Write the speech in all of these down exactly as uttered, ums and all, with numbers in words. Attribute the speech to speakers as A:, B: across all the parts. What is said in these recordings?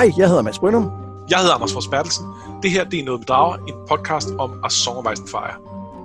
A: Hej, jeg hedder Mads Brynum.
B: Jeg hedder Anders Fors Bertelsen. Det her det er Noget med Drager, en podcast om A Song of Ice and Fire.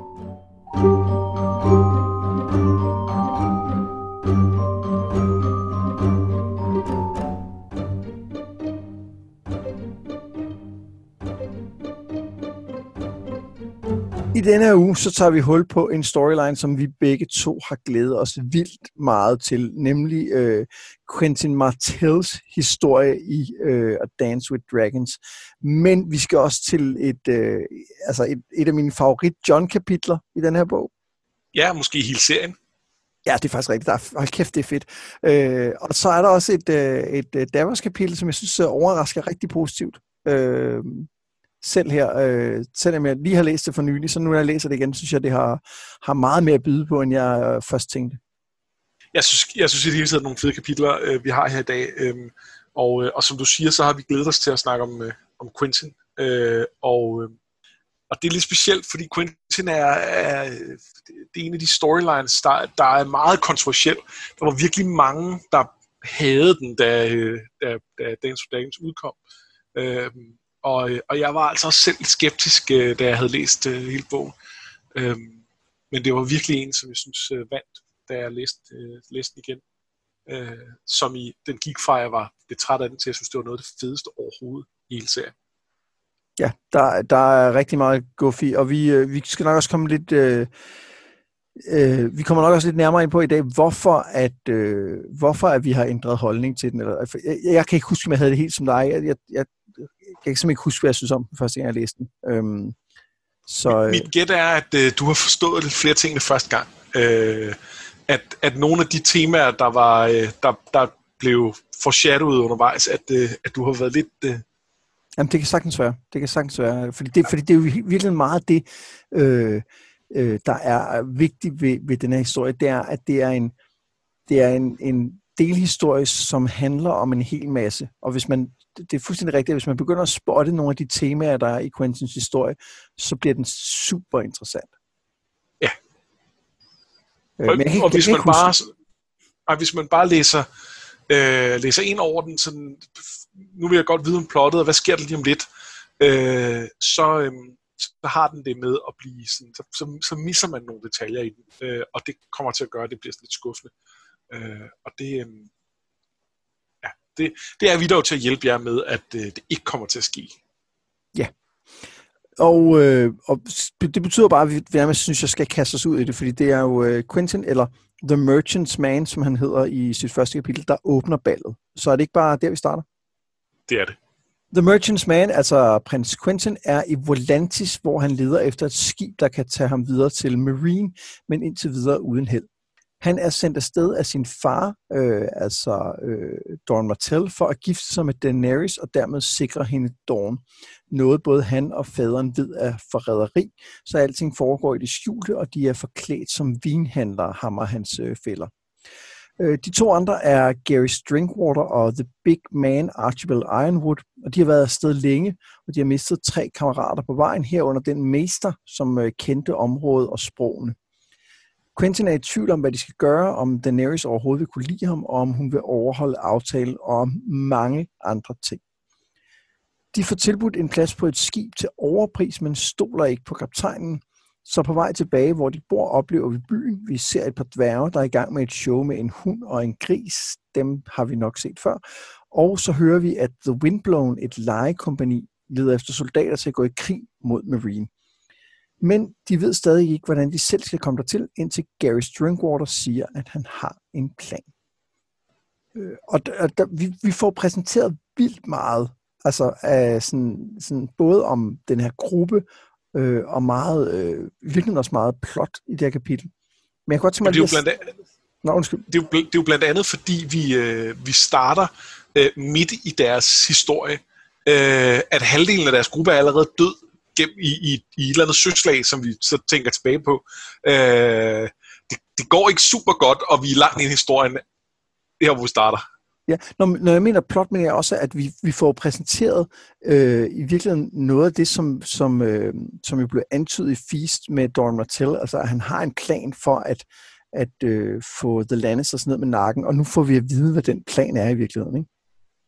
A: I denne her uge, så tager vi hul på en storyline, som vi begge to har glædet os vildt meget til, nemlig øh, Quentin Martells historie i øh, A Dance with Dragons. Men vi skal også til et, øh, altså et, et af mine favorit John-kapitler i den her bog.
B: Ja, måske i hele serien.
A: Ja, det er faktisk rigtigt. Der er, hold kæft, det er fedt. Øh, og så er der også et, øh, et, et Davos-kapitel, som jeg synes overrasker rigtig positivt. Øh, Selv her, øh, selvom jeg lige har læst det for nylig, så nu når jeg læser det igen, synes jeg, det har, har meget mere at byde på, end jeg øh, først tænkte.
B: Jeg synes, jeg synes i det hele taget nogle fede kapitler, øh, vi har her i dag. Øh, og, øh, og som du siger, så har vi glædet os til at snakke om, øh, om Quentin. Øh, og, øh, og det er lidt specielt, fordi Quentin er, er det er en af de storylines, der, der er meget kontroversiel. Der var virkelig mange, der havde den, da, da, da Dance with Dragons udkom. Øh, Og, og jeg var altså også selv skeptisk, da jeg havde læst uh, hele bogen. Øhm, men det var virkelig en, som jeg synes uh, vandt, da jeg læste, uh, læste den igen. Uh, som i den gik fra, jeg var lidt træt af den, til jeg synes, det var noget af det fedeste overhovedet i hele serien.
A: Ja, der, der er rigtig meget guf i, og vi, øh, vi skal nok også komme lidt... Øh, øh, vi kommer nok også lidt nærmere ind på i dag, hvorfor at, øh, hvorfor at vi har ændret holdning til den. Eller, jeg, jeg kan ikke huske, om jeg havde det helt som dig. Jeg, jeg, jeg Jeg kan simpelthen ikke huske, hvad jeg synes om den første gang, jeg læste den. Øhm, så,
B: Mit, mit gæt er, at øh, du har forstået lidt flere ting det første gang. Øh, at, at nogle af de temaer, der, var, øh, der, der blev foreshadowet undervejs, at, øh, at du har været lidt... Øh...
A: Jamen, det kan sagtens være. Det kan sagtens være. Fordi det, fordi det er jo virkelig meget det, øh, øh, der er vigtigt ved, ved den her historie. Det er, at det er en, det er en, en delhistorie, som handler om en hel masse. Og hvis man det er fuldstændig rigtigt, at hvis man begynder at spotte nogle af de temaer, der er i Quentins historie, så bliver den super interessant.
B: Ja.
A: Øh, men jeg kan,
B: og hvis,
A: jeg
B: man bare, og hvis man bare læser, øh, læser ind over den, sådan, nu vil jeg godt vide om plottet, og hvad sker der lige om lidt, øh, så, øh, så har den det med at blive sådan, så, så, så misser man nogle detaljer i den, øh, og det kommer til at gøre, at det bliver lidt skuffende. Øh, og det... Øh, Det, det er vi dog til at hjælpe jer med, at øh, det ikke kommer til at ske.
A: Ja. Og, øh, og det betyder bare, at vi nærmest synes, jeg skal kaste os ud i det, fordi det er jo øh, Quentin, eller The Merchant's Man, som han hedder i sit første kapitel, der åbner ballet. Så er det ikke bare der, vi starter?
B: Det er det.
A: The Merchant's Man, altså prins Quentin, er i Volantis, hvor han leder efter et skib, der kan tage ham videre til Meereen, men indtil videre uden held. Han er sendt afsted af sin far, øh, altså øh, Doran Martell, for at gifte sig med Daenerys og dermed sikre hende Dorne. Noget både han og faderen ved af forræderi, så alting foregår i det skjulte, og de er forklædt som vinhandlere, ham og hans øh, fæller. Øh, de to andre er Garys Drinkwater og The Big Man Archibald Ironwood, og de har været afsted længe, og de har mistet tre kammerater på vejen, herunder den mester, som øh, kendte området og sprogene. Quentin er i tvivl om, hvad de skal gøre, om Daenerys overhovedet vil kunne lide ham, og om hun vil overholde aftalen, og om mange andre ting. De får tilbudt en plads på et skib til overpris, men stoler ikke på kaptajnen. Så på vej tilbage, hvor de bor, oplever vi byen. Vi ser et par dværge, der er i gang med et show med en hund og en gris. Dem har vi nok set før. Og så hører vi, at The Windblown, et lejekompagni, leder efter soldater til at gå i krig mod Meereen. Men de ved stadig ikke, hvordan de selv skal komme dertil, indtil Garys Drinkwater siger, at han har en plan. Øh, og der, der, vi, vi får præsenteret vildt meget, altså af sådan, sådan, både om den her gruppe, øh, og meget, øh, virkelig også meget plot i det her kapitel. Men jeg kan godt tænke mig...
B: Det er, jo blandt andet,
A: Nå, undskyld.
B: det, er jo, det er jo blandt andet, fordi vi, øh, vi starter øh, midt i deres historie, øh, at halvdelen af deres gruppe er allerede død, I, i, i et eller andet søslag, som vi så tænker tilbage på. Øh, det, det går ikke super godt, og vi er langt ind i historien her, hvor vi starter.
A: Ja, når, når jeg mener plot, mener jeg også, at vi, vi får præsenteret øh, i virkeligheden noget af det, som, som, øh, som jo blev antydet i Feast med Doran Martell, altså at han har en plan for at, at øh, få The Lannisters ned med nakken, og nu får vi at vide, hvad den plan er i virkeligheden, ikke?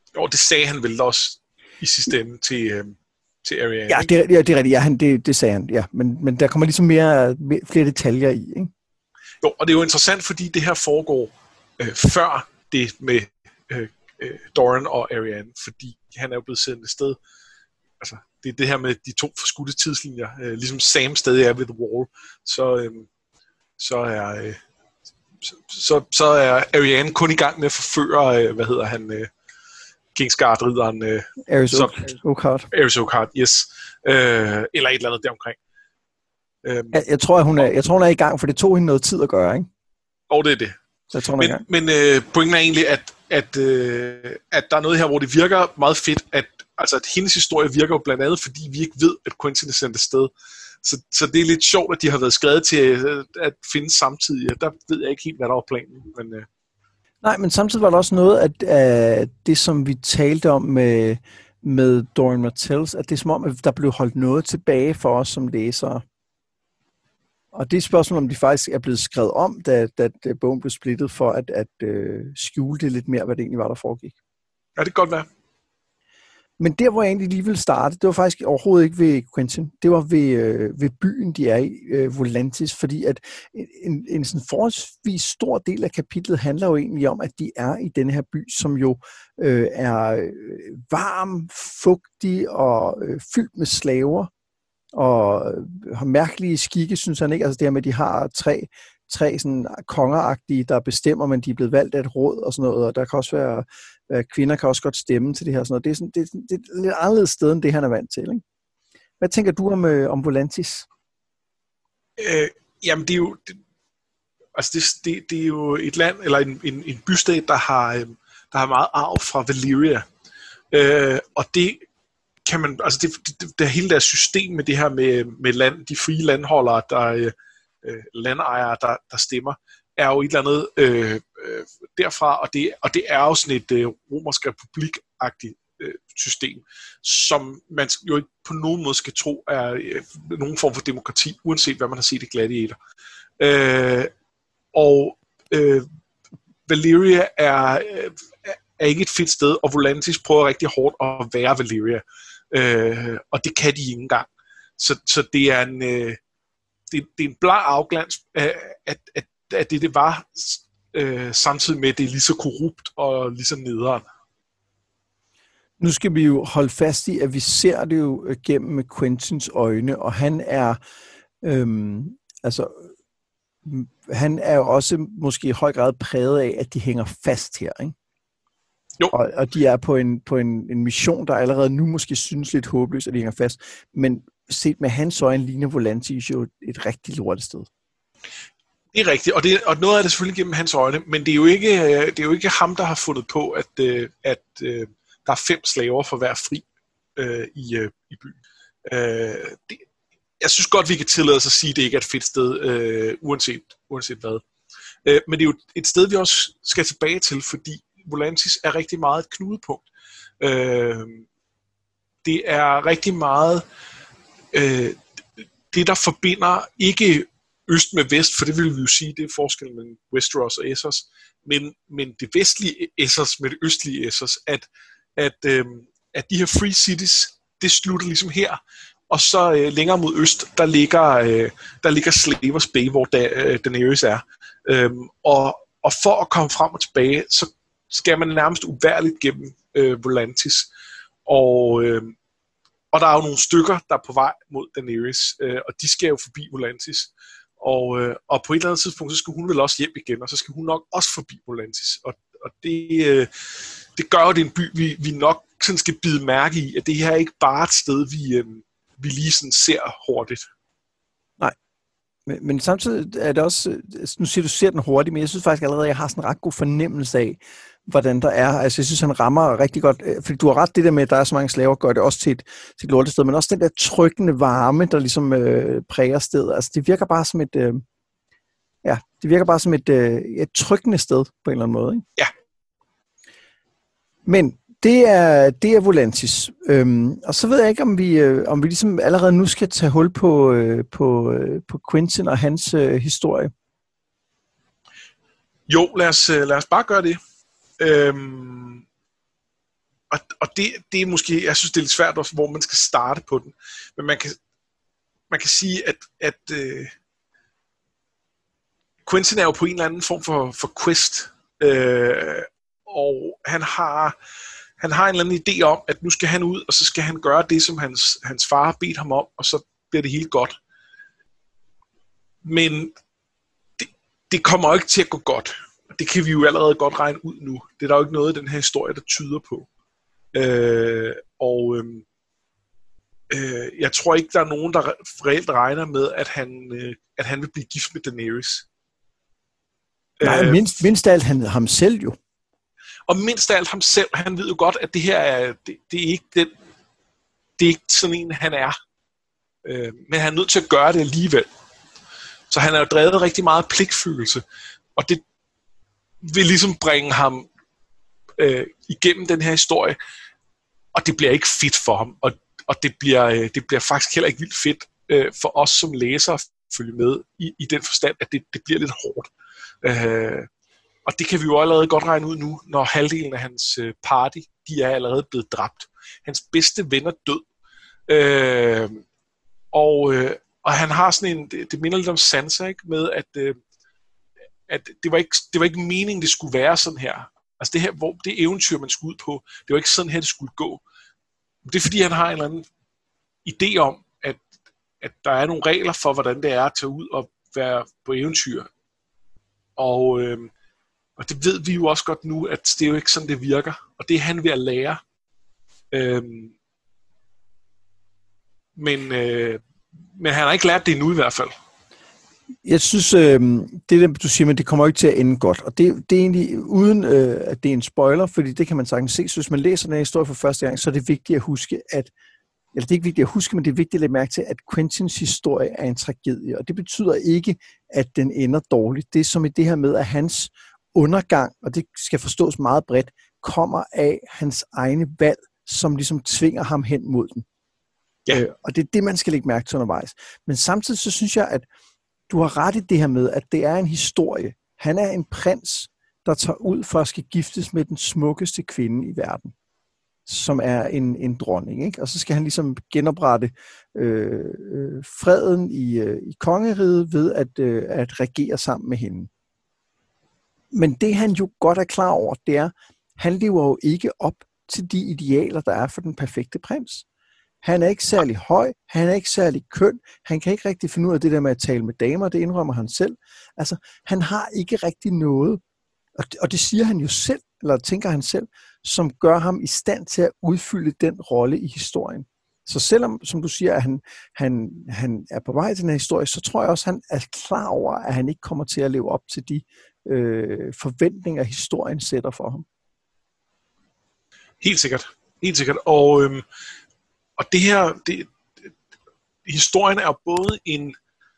B: Jo, det sagde han vel også i sidste ende til, øh, til Arianne.
A: Ja, det, ja, det er rigtigt. Ja, han, det, det sagde han, ja. Men, men der kommer ligesom mere, mere, flere detaljer i, ikke?
B: Jo, og det er jo interessant, fordi det her foregår øh, før det med øh, øh, Doran og Arianne, fordi han er jo blevet sendt et sted. Altså, det er det her med de to forskudte tidslinjer. Øh, ligesom Sam stadig er ved The Wall, så, øh, så er... Øh, Så, så er Arianne kun i gang med at forføre, øh, hvad hedder han, øh, Kingsguard-ridderen. Øh,
A: Aerys Oakheart.
B: Aerys Oakheart, yes. Øh, eller et eller andet deromkring. Øh,
A: jeg, jeg, tror, at hun er, jeg tror, hun er i gang, for det tog hende noget tid at gøre, ikke?
B: Og det er det.
A: Så jeg tror,
B: men men øh, pointen er egentlig, at, at, øh, at der er noget her, hvor det virker meget fedt, at, altså, at hendes historie virker jo blandt andet, fordi vi ikke ved, at Quentyn er sendt afsted. Så, så det er lidt sjovt, at de har været skrevet til at finde samtidig. Der ved jeg ikke helt, hvad der var planen. Men, øh.
A: Nej, men samtidig var der også noget af, af det, som vi talte om med, med Doran Martells, at det er som om, at der blev holdt noget tilbage for os som læsere. Og det er et spørgsmål, om de faktisk er blevet skrevet om, da, da, da bogen blev splittet, for at, at øh, skjule det lidt mere, hvad det egentlig var, der foregik.
B: Ja, det kan godt være.
A: Men der, hvor jeg egentlig lige ville starte, det var faktisk overhovedet ikke ved Quentyn. Det var ved, øh, ved byen, de er i, øh, Volantis, fordi at en, en sådan forholdsvis stor del af kapitlet handler jo egentlig om, at de er i denne her by, som jo øh, er varm, fugtig og øh, fyldt med slaver, og øh, har mærkelige skikke, synes han ikke. Altså det her med, at de har tre, tre sådan kongeragtige, der bestemmer, men de er blevet valgt af et råd og sådan noget, og der kan også være kvinder kan også godt stemme til det her. Sådan noget. Det, er sådan, det, er, det er et lidt anderledes sted, end det han er vant til. Ikke? Hvad tænker du om, øh, om Volantis?
B: Øh, jamen, det er jo det, altså det, det, det er jo et land, eller en, en, en bystat, der har, øh, der har meget arv fra Valyria. Øh, og det kan man, altså det, det, det hele deres system med det her med, med land, de frie landholdere, der, øh, landejere, der, der stemmer, er jo et eller andet øh, øh, derfra, og det, og det er jo sådan et øh, romersk republik-agtigt øh, system, som man jo ikke på nogen måde skal tro er øh, nogen form for demokrati, uanset hvad man har set i Gladiator. Øh, og øh, Valyria er, øh, er ikke et fedt sted, og Volantis prøver rigtig hårdt at være Valyria, øh, og det kan de ikke engang. Så, så det er en øh, det, det er en bleg afglans af, at, at at det, det var, øh, samtidig med, at det er lige så korrupt og lige så nederen.
A: Nu skal vi jo holde fast i, at vi ser det jo gennem Quentyns øjne, og han er, øhm, altså, han er jo også måske i høj grad præget af, at de hænger fast her, ikke?
B: Jo.
A: Og, og de er på en, på en, en mission, der allerede nu måske synes lidt håbløs, at de hænger fast, men set med hans øjne ligner Volantis jo et rigtig lortet sted.
B: Det er rigtigt, og, det, og noget af det selvfølgelig gennem hans øjne, men det er jo ikke, det er jo ikke ham, der har fundet på, at, at, at der er fem slaver for hver fri øh, i, i byen. Øh, det, jeg synes godt, vi kan tillade os at sige, at det ikke er et fedt sted, øh, uanset, uanset hvad. Øh, men det er jo et sted, vi også skal tilbage til, fordi Volantis er rigtig meget et knudepunkt. Øh, det er rigtig meget øh, det, der forbinder ikke øst med vest, for det vil vi jo sige, det er forskellen mellem Westeros og Essos, men, men det vestlige Essos med det østlige Essos, at, at, øh, at de her free cities, det slutter ligesom her, og så øh, længere mod øst, der ligger, øh, der ligger Slavers Bay, hvor da, øh, Daenerys er. Øhm, og, og for at komme frem og tilbage, så skal man nærmest uværligt gennem øh, Volantis. Og, øh, og der er jo nogle stykker, der er på vej mod Daenerys, øh, og de skal jo forbi Volantis. Og, øh, og på et eller andet tidspunkt, så skal hun vel også hjem igen, og så skal hun nok også forbi Volantis. Og, og det, øh, det gør jo, det er en by, vi, vi nok sådan skal bide mærke i, at det her er ikke bare et sted, vi, øh, vi lige sådan ser hurtigt.
A: Nej, men, men samtidig er det også, nu siger du, ser den hurtigt, men jeg synes faktisk allerede, at jeg har sådan en ret god fornemmelse af, hvordan der er. Altså, jeg synes, han rammer rigtig godt, fordi du har ret, det der med, at der er så mange slaver, gør det også til et, til et lortested, men også den der trykkende varme, der ligesom øh, præger stedet. Altså, det virker bare som et, øh, ja, det virker bare som et, øh, et trykkende sted, på en eller anden måde, ikke?
B: Ja.
A: Men det er, det er Volantis. Øhm, og så ved jeg ikke, om vi, øh, om vi ligesom allerede nu skal tage hul på, øh, på, øh, på Quentyn og hans øh, historie.
B: Jo, lad os, lad os bare gøre det. Øhm, og, og det, det er måske, jeg synes, det er lidt svært også, hvor man skal starte på den. Men man kan, man kan sige, at, at uh, Quentin er jo på en eller anden form for, for quest, uh, og han har, han har en eller anden idé om, at nu skal han ud, og så skal han gøre det, som hans, hans far har bedt ham om, og så bliver det helt godt. Men det, det kommer jo ikke til at gå godt. Det kan vi jo allerede godt regne ud nu. Det er der jo ikke noget i den her historie, der tyder på. Øh, og øh, øh, jeg tror ikke, der er nogen, der reelt regner med, at han, øh, at han vil blive gift med Daenerys.
A: Nej, øh, mindst, mindst af alt han, ham selv jo.
B: Og mindst af alt ham selv. Han ved jo godt, at det her er, det, det er ikke den, det er ikke sådan en, han er. Øh, men han er nødt til at gøre det alligevel. Så han er jo drevet rigtig meget pligtfølelse. Og det vil ligesom bringe ham øh, igennem den her historie, og det bliver ikke fedt for ham, og, og det, bliver, øh, det bliver faktisk heller ikke vildt fedt øh, for os som læsere at følge med, i, i den forstand, at det, det bliver lidt hårdt. Øh, og det kan vi jo allerede godt regne ud nu, når halvdelen af hans øh, party, de er allerede blevet dræbt. Hans bedste ven er død. Øh, og, øh, og han har sådan en, det, det minder lidt om Sansa, ikke? Med at øh, at det var ikke det var ikke meningen det skulle være sådan her. Altså det her hvor det eventyr man skulle ud på, det var ikke sådan her det skulle gå. Det er fordi han har en eller anden idé om at at der er nogle regler for hvordan det er at tage ud og være på eventyr. Og øh, og det ved vi jo også godt nu at det er jo ikke sådan det virker, og det er han ved at lære. Øh, men øh, men han har ikke lært det endnu i hvert fald.
A: Jeg synes, øh, det der, du siger, men det kommer ikke til at ende godt. Og det, det er egentlig uden, øh, at det er en spoiler, fordi det kan man sagtens se. Så hvis man læser den her historie for første gang, så er det vigtigt at huske, at, eller det er ikke vigtigt at huske, men det er vigtigt at lægge mærke til, at Quentins historie er en tragedie. Og det betyder ikke, at den ender dårligt. Det er som i det her med, at hans undergang, og det skal forstås meget bredt, kommer af hans egne valg, som ligesom tvinger ham hen mod den. Ja. Øh, og det er det, man skal lægge mærke til undervejs. Men samtidig så synes jeg, at du har ret i det her med, at det er en historie. Han er en prins, der tager ud for at skal giftes med den smukkeste kvinde i verden, som er en, en dronning, ikke? Og så skal han ligesom genoprette øh, øh, freden i, øh, i kongeriget ved at, øh, at regere sammen med hende. Men det han jo godt er klar over, det er, han lever jo ikke op til de idealer, der er for den perfekte prins. Han er ikke særlig høj, han er ikke særlig køn, han kan ikke rigtig finde ud af det der med at tale med damer, det indrømmer han selv. Altså, han har ikke rigtig noget, og det, og det siger han jo selv, eller tænker han selv, som gør ham i stand til at udfylde den rolle i historien. Så selvom, som du siger, at han, han, han er på vej til den her historie, så tror jeg også, at han er klar over, at han ikke kommer til at leve op til de øh, forventninger, historien sætter for ham.
B: Helt sikkert, helt sikkert, og... Øhm Og det her, det, historien er jo både en,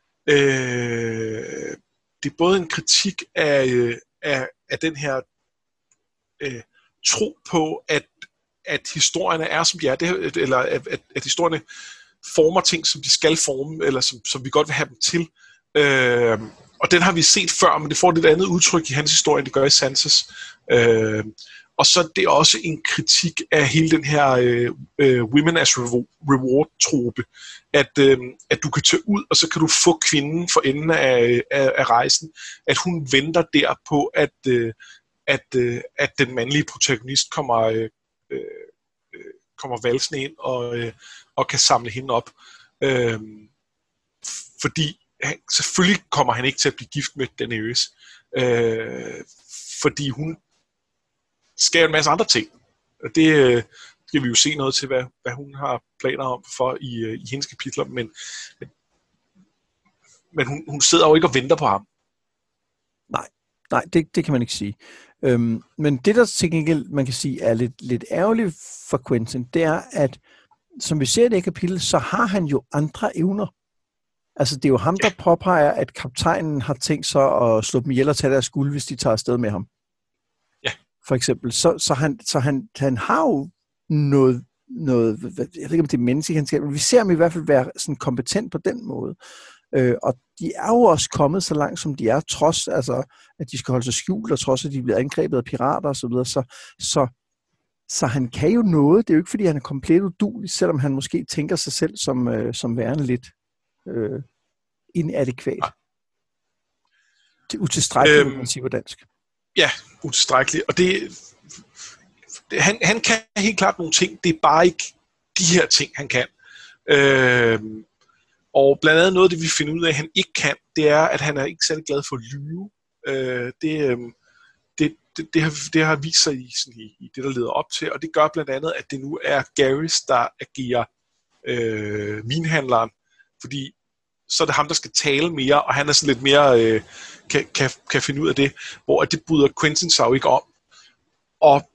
B: øh, det er både en kritik af, af, af den her øh, tro på, at, at historierne er som de er, det, eller at, at, at historierne former ting, som de skal forme, eller som, som vi godt vil have dem til. Øh, og den har vi set før, men det får et andet udtryk i hans historie, end det gør i Sansas. Øh, Og så det er også en kritik af hele den her øh, øh, Women as Reward-trope, at, øh, at du kan tage ud, og så kan du få kvinden for enden af, af, af rejsen, at hun venter der på, at, øh, at, øh, at den mandlige protagonist kommer, øh, øh, kommer valsende ind og, øh, og kan samle hende op. Øh, fordi han, selvfølgelig kommer han ikke til at blive gift med Daenerys, øh, fordi hun skal en masse andre ting. Og det øh, skal vi jo se noget til, hvad, hvad hun har planer om for i, øh, i hendes kapitler, men, men hun, hun sidder jo ikke og venter på ham.
A: Nej, nej det, det kan man ikke sige. Øhm, men det, der til gengæld, man kan sige, er lidt, lidt ærgerligt for Quentin, det er, at som vi ser i det kapitel, så har han jo andre evner. Altså, det er jo ham, der ja. påpeger, at kaptajnen har tænkt sig at slå dem ihjel og tage deres guld, hvis de tager afsted med ham. For eksempel, så, så, han, så han, han har jo noget, noget, jeg ved ikke om det er menneskekendskab, men vi ser ham i hvert fald være sådan kompetent på den måde. Øh, og de er jo også kommet så langt, som de er, trods altså, at de skal holde sig skjult, og trods at de bliver angrebet af pirater og så videre. Så, så Så han kan jo noget. Det er jo ikke, fordi han er komplet uduelig, selvom han måske tænker sig selv som, øh, som værende lidt øh, inadekvat. Det er utilstrækkeligt, øhm, man siger på dansk.
B: Ja, utilstrækkeligt. Og det, det han, han kan helt klart nogle ting. Det er bare ikke de her ting, han kan. Øhm, og blandt andet noget af det, vi finder ud af, at han ikke kan, det er, at han er ikke særlig glad for at lyve. Øh, det, øh, det, det, det, har, det har vist sig i, sådan, i, i det, der leder op til, og det gør blandt andet, at det nu er Garrus, der agerer øh, vinhandleren, fordi så er det ham, der skal tale mere, og han er sådan lidt mere, øh, kan, kan, kan finde ud af det, hvor det bryder Quentin sig jo ikke om. Og,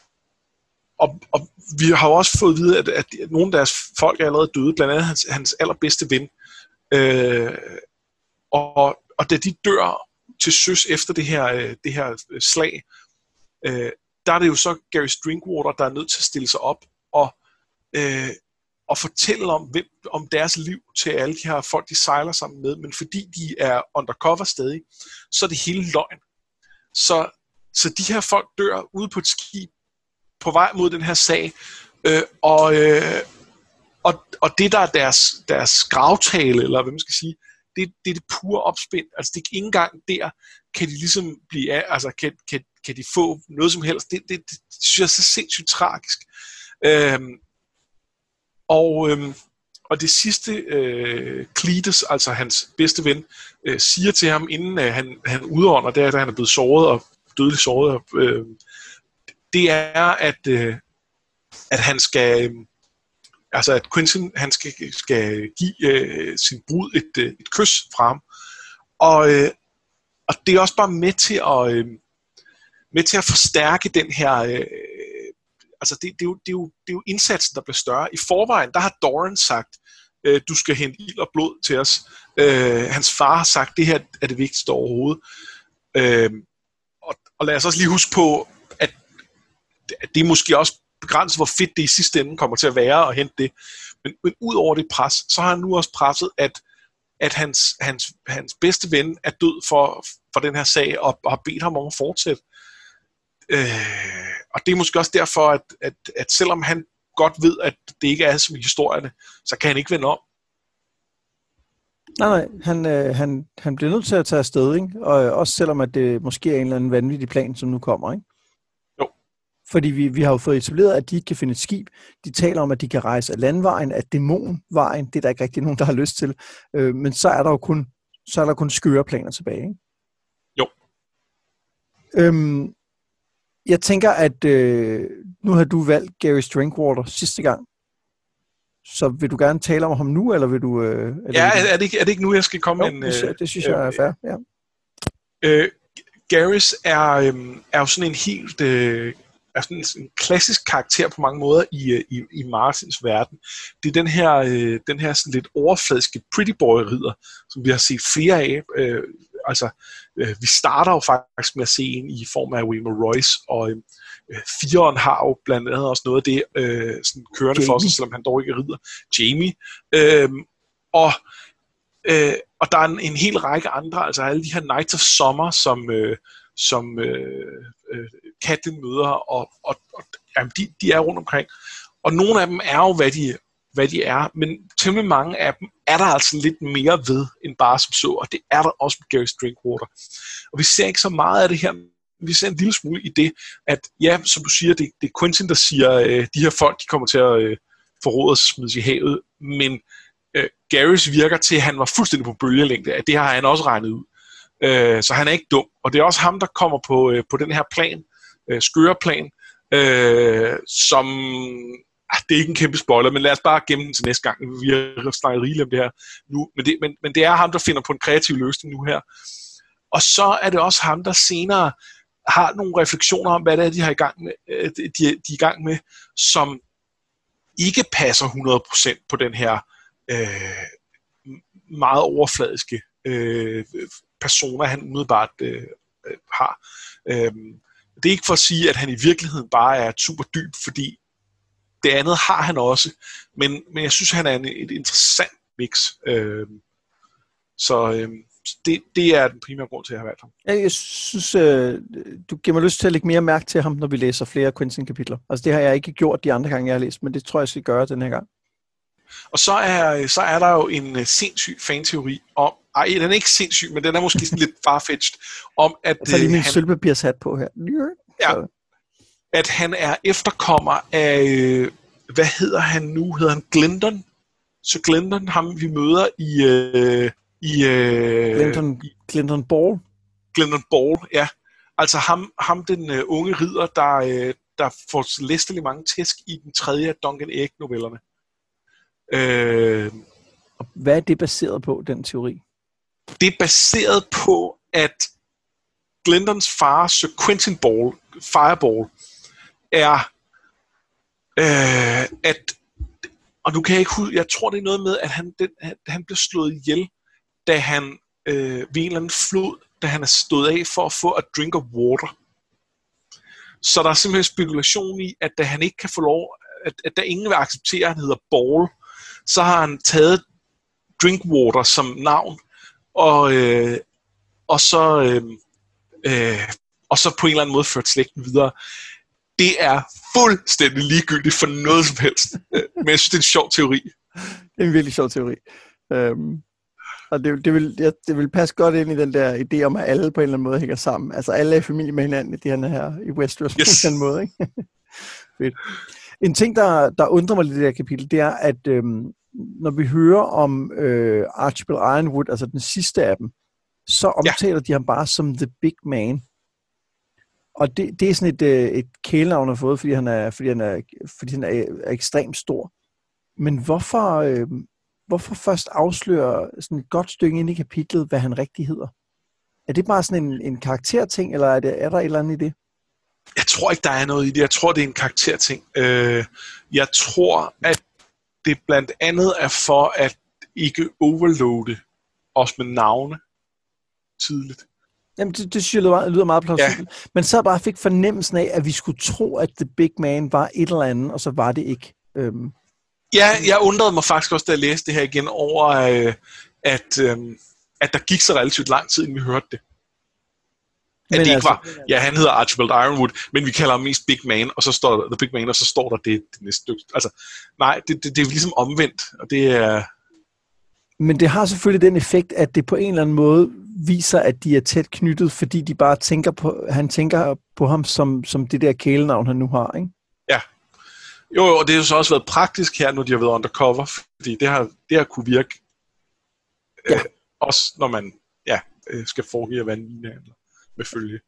B: og, og vi har jo også fået at vide, at, at nogle af deres folk er allerede døde, blandt andet hans, hans allerbedste ven. Øh, og, og da de dør til søs efter det her, det her slag, øh, der er det jo så Garrus Drinkwater, der er nødt til at stille sig op og, øh, og fortælle om, hvem, om deres liv til alle de her folk, de sejler sammen med, men fordi de er undercover stadig, så er det hele løgn. Så, så de her folk dør ude på et skib på vej mod den her sag, øh, og, øh, og, og det der er deres, deres gravtale, eller hvad man skal sige, det, det er det pure opspind. Altså det er ikke engang der, kan de ligesom blive af, altså kan, kan, kan de få noget som helst. Det, det, det synes jeg er så sindssygt tragisk. Øhm, og, øhm, og det sidste, øh, Cletus, altså hans bedste ven, øh, siger til ham, inden øh, han, han udånder, det er, da han er blevet såret og dødeligt såret, øh, det er, at, øh, at han skal... Øh, Altså at Quentin, han skal, skal give øh, sin brud et, øh, et kys fra ham. Og, øh, og det er også bare med til at, øh, med til at forstærke den her... Øh, altså det, det, er jo, det, er jo, det er jo indsatsen, der bliver større. I forvejen, der har Doran sagt, øh, du skal hente ild og blod til os. Øh, hans far har sagt, det her er det vigtigste overhovedet. Øh, og, og lad os også lige huske på, at, at det er måske også begrænset, hvor fedt det i sidste ende kommer til at være at hente det. Men, men ud over det pres, så har han nu også presset, at, at hans, hans, hans bedste ven er død for, for den her sag, og, og har bedt ham om at fortsætte. Øh, og det er måske også derfor, at, at, at selvom han godt ved, at det ikke er som i historierne, så kan han ikke vende om.
A: Nej, nej. Han, øh, han, han bliver nødt til at tage afsted, ikke? Og også selvom, at det måske er en eller anden vanvittig plan, som nu kommer, ikke? Fordi vi, vi har jo fået etableret, at de ikke kan finde et skib. De taler om, at de kan rejse af landvejen, af dæmonvejen. Det er der ikke rigtig nogen, der har lyst til. Øh, men så er der jo kun, så er der kun skøre planer tilbage. Ikke?
B: Jo.
A: Øhm, jeg tænker, at øh, nu har du valgt Garrus Drinkwater sidste gang. Så vil du gerne tale om ham nu, eller vil du... Øh, eller
B: ja,
A: vil du...
B: Er, det ikke, er det ikke nu, jeg skal komme
A: jo,
B: med en...
A: Det, det synes øh, jeg er fair, ja.
B: Øh, Garrus er, øh, er jo sådan en helt... Øh, er sådan en, en klassisk karakter på mange måder i, i, i Martins verden. Det er den her, øh, den her sådan lidt overfladiske pretty boy-ridder, som vi har set flere af. Øh, altså, øh, vi starter jo faktisk med at se en i form af Wilmer Royce, og øh, fireren har jo blandt andet også noget af det øh, sådan kørende Jamie. For sig, selvom han dog ikke rider. Jamie. Øh, og, øh, og der er en, en hel række andre, altså alle de her Knights of Summer, som... Øh, som øh, øh, Catelyn møder, og, og, og jamen, de, de er rundt omkring. Og nogle af dem er jo, hvad de, hvad de er, men temmelig mange af dem er der altså lidt mere ved, end bare som så, og det er der også med Garrus Drinkwater. Og vi ser ikke så meget af det her, vi ser en lille smule i det, at ja, som du siger, det, det er Quentin, der siger, øh, de her folk, de kommer til at øh, forråde og smides i havet, men øh, Garrus virker til, at han var fuldstændig på bølgelængde, at det har han også regnet ud. Øh, så han er ikke dum, og det er også ham, der kommer på, øh, på den her plan, øh, skøre plan, øh, som, ah, det er ikke en kæmpe spoiler, men lad os bare gemme den til næste gang, vi har snakket rigeligt om det her nu, men det, men, men det er ham, der finder på en kreativ løsning nu her, og så er det også ham, der senere har nogle refleksioner om, hvad det er, de har i gang med, øh, de, de er i gang med, som ikke passer hundrede procent på den her øh, meget overfladiske øh, personer, han umiddelbart øh, har. Øhm, det er ikke for at sige, at han i virkeligheden bare er super dyb, fordi det andet har han også, men, men jeg synes, han er en, et interessant mix. Øhm, så, øhm, det, det er den primære grund til, at jeg har valgt ham.
A: Jeg synes, øh, du giver mig lyst til at lægge mere mærke til ham, når vi læser flere Quentin-kapitler. Altså det har jeg ikke gjort de andre gange, jeg har læst, men det tror jeg, jeg skal gøre den her gang.
B: Og så er, så er der jo en uh, sindssyg fanteori om, ej, den er ikke sindssyg, men den er måske sådan lidt farfetched, om at...
A: Jeg tager lige min
B: han,
A: sølvpapirshat på her.
B: Ja, at han er efterkommer af, øh, hvad hedder han nu? Hedder han Glendon? Så Glendon, ham vi møder i... Øh, i øh,
A: Glendon, Glendon Ball.
B: Glendon Ball, ja. Altså ham, ham den uh, unge ridder, der, uh, der får læsterlig mange tæsk i den tredje af Duncan Egg-novellerne. Øh,
A: Hvad er det baseret på, den teori?
B: Det er baseret på, at Glendons far, Sir Quentin Ball, Fireball, er, øh, at, og nu kan jeg ikke huske, jeg tror det er noget med, at han, den, han blev slået ihjel, da han øh, ved en eller anden flod, da han er stået af for at få a drink of water. Så der er simpelthen spekulation i, at da han ikke kan få lov, at, at der ingen vil acceptere, at han hedder Ball, så har han taget Drinkwater som navn, og, øh, og, så, øh, øh, og så på en eller anden måde ført slægten videre. Det er fuldstændig ligegyldigt for noget som helst, men jeg synes, det er en sjov teori.
A: Det er en virkelig sjov teori. Um, og det, det, vil, det, det vil passe godt ind i den der idé om, at alle på en eller anden måde hænger sammen. Altså alle er i familie med hinanden i det her i Westeros på
B: yes.
A: en eller anden måde. Ikke? Fedt. En ting, der, der undrer mig lidt i det her kapitel, det er, at øhm, når vi hører om øh, Archibald Ironwood, altså den sidste af dem, så omtaler ja. de ham bare som The Big Man. Og det, det er sådan et, øh, et kælenavn, han har fået, fordi han er, fordi han er, fordi han er, er ekstremt stor. Men hvorfor, øh, hvorfor først afsløre sådan et godt stykke ind i kapitlet, hvad han rigtig hedder? Er det bare sådan en, en karakterting, eller er, det, er der et eller andet i det?
B: Jeg tror ikke, der er noget i det. Jeg tror, det er en karakterting. Øh, jeg tror, at det blandt andet er for at ikke overloade os med navne tidligt.
A: Jamen, det, det synes jeg lyder meget, lyder meget plausibelt. Ja. Men så bare fik fornemmelsen af, at vi skulle tro, at The Big Man var et eller andet, og så var det ikke. Øhm.
B: Ja, jeg undrede mig faktisk også, da jeg læste det her igen, over øh, at, øh, at der gik så relativt lang tid, inden vi hørte det. At men det ikke altså, var, ja, han hedder Archibald Ironwood, men vi kalder ham mest Big Man, og så står der The Big Man, og så står der det, det næste stykke. Altså, nej, det, det, det er ligesom omvendt, og det er...
A: Men det har selvfølgelig den effekt, at det på en eller anden måde viser, at de er tæt knyttet, fordi de bare tænker på, han tænker på ham som, som det der kælenavn, han nu har, ikke?
B: Ja. Jo, jo, og det har jo så også været praktisk her, når de har været undercover, fordi det har, det har kunne virke, ja. øh, også når man ja, skal foregive at være en linehandler med følge.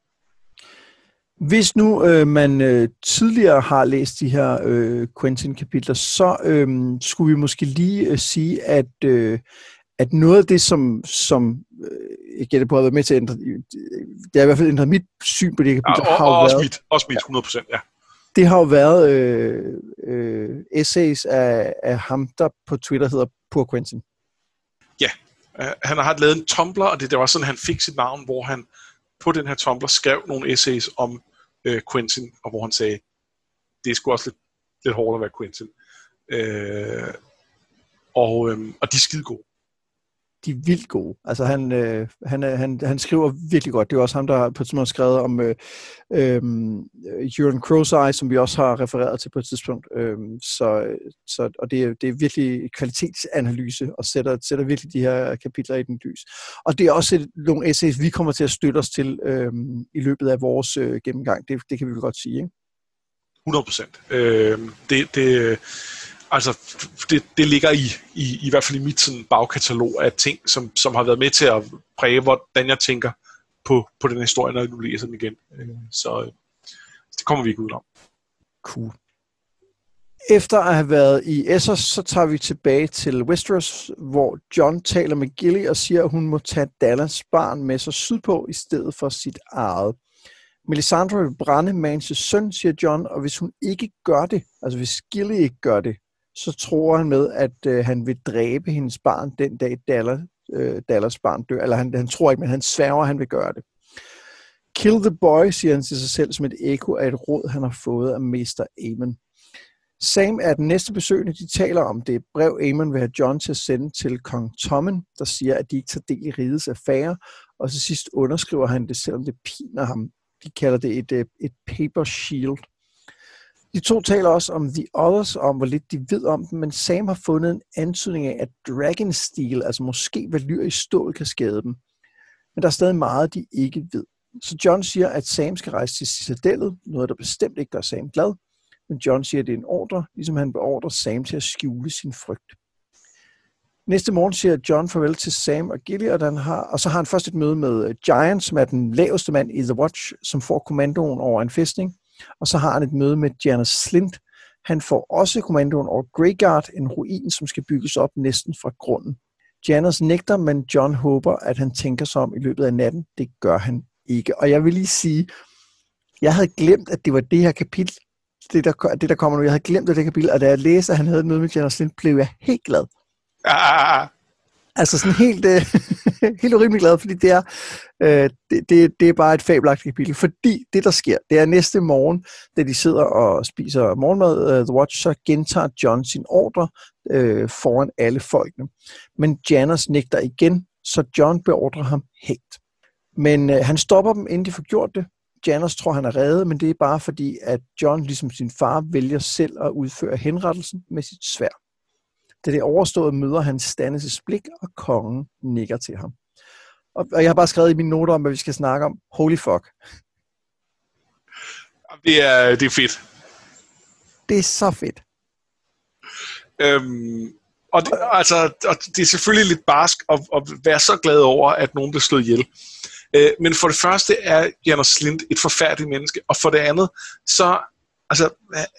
A: Hvis nu øh, man øh, tidligere har læst de her øh, Quentin-kapitler, så øh, skulle vi måske lige øh, sige, at, øh, at noget af det, som, som øh, jeg gætter på at have været med til at ændre, det har i hvert fald ændret mit syn på de her kapitler.
B: Ja, og,
A: har
B: og også,
A: været,
B: mit, også mit, hundrede procent, ja.
A: Det har jo været øh, øh, essays af, af ham, der på Twitter hedder Poor Quentin.
B: Ja, uh, han har lavet en Tumblr, og det, det var sådan, han fik sit navn, hvor han på den her Tumblr skrev nogle essays om øh, Quentin, og hvor han sagde, det er sgu også lidt, lidt hårdt at være Quentin. Øh, og, øh, og de er skide gode.
A: De er vildt gode. Altså han, øh, han, han, han skriver virkelig godt. Det er også ham, der på et tidspunkt har skrevet om øh, øh, Euron Crowseye, som vi også har refereret til på et tidspunkt. Øh, så, så, og det er, det er virkelig kvalitetsanalyse, og sætter, sætter virkelig de her kapitler i den lys. Og det er også et, nogle essays, vi kommer til at støtte os til øh, i løbet af vores øh, gennemgang. Det, det kan vi vel godt sige, ikke?
B: hundrede procent. Øh, det... det Altså, det, det ligger i, i, i hvert fald i mit sådan, bagkatalog af ting, som, som har været med til at præge, hvordan jeg tænker på, på den historie, når jeg nu læser den igen. Så det kommer vi ikke udenom.
A: Cool. Efter at have været i Essos, så tager vi tilbage til Westeros, hvor Jon taler med Gilly og siger, at hun må tage Dallas barn med sig sydpå i stedet for sit eget. Melisandre vil brænde Manses søn, siger Jon, og hvis hun ikke gør det, altså hvis Gilly ikke gør det, så tror han med, at øh, han vil dræbe hendes barn den dag Dallas, øh, Dallas barn dør. Eller han, han tror ikke, men han sværger, at han vil gøre det. Kill the boy, siger han til sig selv som et ekko af et råd, han har fået af mester Aemon. Sam er den næste besøgende. De taler om det brev, Aemon vil have Jon til at sende til kong Tommen, der siger, at de ikke tager del i rigets affære, og til sidst underskriver han det, selvom det piner ham. De kalder det et, et paper shield. De to taler også om The Others, om hvor lidt de ved om dem, men Sam har fundet en antydning af, at Dragonsteel, altså måske valyr i stål, kan skade dem. Men der er stadig meget, de ikke ved. Så Jon siger, at Sam skal rejse til Citadellet, noget der bestemt ikke gør Sam glad. Men Jon siger, at det er en ordre, ligesom han beordrer Sam til at skjule sin frygt. Næste morgen siger Jon farvel til Sam og Gilly, og, den har, og så har han først et møde med Giant, som er den laveste mand i The Watch, som får kommandoen over en fæstning. Og så har han et møde med Janos Slynt. Han får også kommandoen over Greyguard, en ruin, som skal bygges op næsten fra grunden. Janos nægter, men Jon håber, at han tænker sig om i løbet af natten. Det gør han ikke. Og jeg vil lige sige, jeg havde glemt, at det var det her kapitel, det der, det der kommer nu. Jeg havde glemt det, det kapitel, og da jeg læste, at han havde et møde med Janos Slynt, blev jeg helt glad.
B: Ah.
A: Altså sådan helt, øh, helt urimelig glad, fordi det er, øh, det, det, det er bare et fabelagtigt kapitel. Fordi det, der sker, det er næste morgen, da de sidder og spiser morgenmad, uh, The Watch, så gentager Jon sin ordre øh, foran alle folkene. Men Janos nægter igen, så Jon beordrer ham helt. Men øh, han stopper dem, inden de får gjort det. Janos tror, han er reddet, men det er bare fordi, at Jon, ligesom sin far, vælger selv at udføre henrettelsen med sit sværd. Da det overstået, møder han Stannis' blik, og kongen nikker til ham. Og, og jeg har bare skrevet i mine noter om, hvad vi skal snakke om. Holy fuck.
B: Det er, det er fedt.
A: Det er så fedt.
B: Øhm, og, det, altså, og det er selvfølgelig lidt barsk at, at være så glad over, at nogen bliver slået ihjel. Øh, men for det første er Janos Slynt et forfærdeligt menneske, og for det andet, så altså,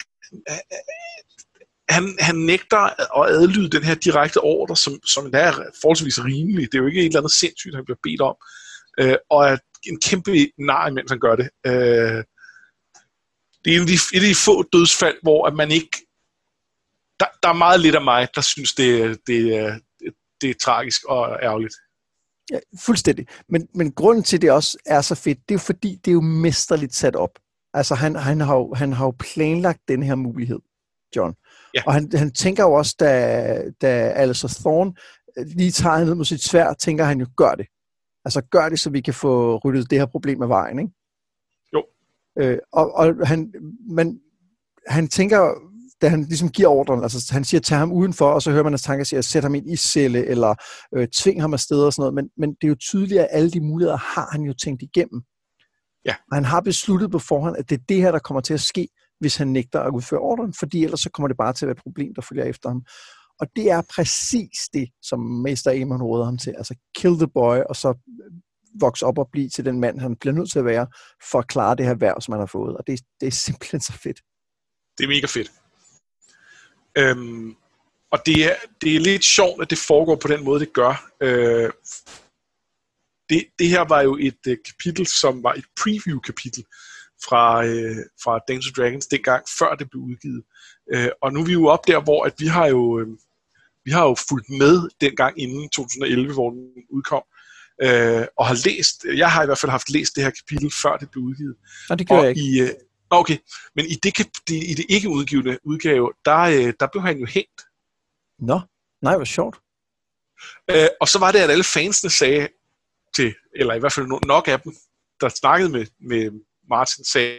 B: han, han nægter at adlyde den her direkte ordre, som, som er forholdsvis rimelig. Det er jo ikke et eller andet sindssygt, han bliver bedt om. Øh, og er en kæmpe nar, mens han gør det. Øh, det er en af, de, et af de få dødsfald, hvor at man ikke... Der, der er meget lidt af mig, der synes, det, det, det, det er tragisk og ærgerligt.
A: Ja, fuldstændig. Men, men grunden til, det også er så fedt, det er jo fordi, det er jo mesterligt sat op. Altså, han, han, har, jo, han har jo planlagt den her mulighed, Jon. Ja. Og han, han tænker jo også, da, da Alistair Thorne lige tager ned mod sit sværd, tænker han jo, gør det. Altså, gør det, så vi kan få ryddet det her problem af vejen, ikke?
B: Jo.
A: Øh, og, og han, men, han tænker, da han ligesom giver ordren, altså han siger, tag ham udenfor, og så hører man hans tanker siger, sæt ham i en iscelle, eller øh, tving ham afsted og sådan noget, men, men det er jo tydeligt, at alle de muligheder har han jo tænkt igennem.
B: Ja.
A: Og han har besluttet på forhånd, at det er det her, der kommer til at ske, hvis han nægter at udføre ordren, fordi ellers så kommer det bare til at være et problem, der følger efter ham. Og det er præcis det, som Mester Aemon råder ham til, altså kill the boy, og så vokse op og blive til den mand, han bliver nødt til at være, for at klare det her værv, som han har fået. Og det, det er simpelthen så fedt.
B: Det er mega fedt. Øhm, og det er, det er lidt sjovt, at det foregår på den måde, det gør. Øh, det, det her var jo et uh, kapitel, som var et preview-kapitel fra, øh, fra Dance of Dragons dengang, før det blev udgivet. Øh, og nu er vi jo op der, hvor at vi har jo øh, vi har jo fulgt med dengang inden to tusind og elleve, hvor den udkom, øh, og har læst, jeg har i hvert fald haft læst det her kapitel, før det blev udgivet.
A: Og det gør
B: og
A: jeg ikke.
B: I, øh, Okay, men i det, i det ikke udgivende udgave, der, der blev han jo hængt.
A: Nå, nej, hvor sjovt.
B: Øh, og så var det, at alle fansene sagde til, eller i hvert fald nok af dem, der snakkede med, med Martin, sagde,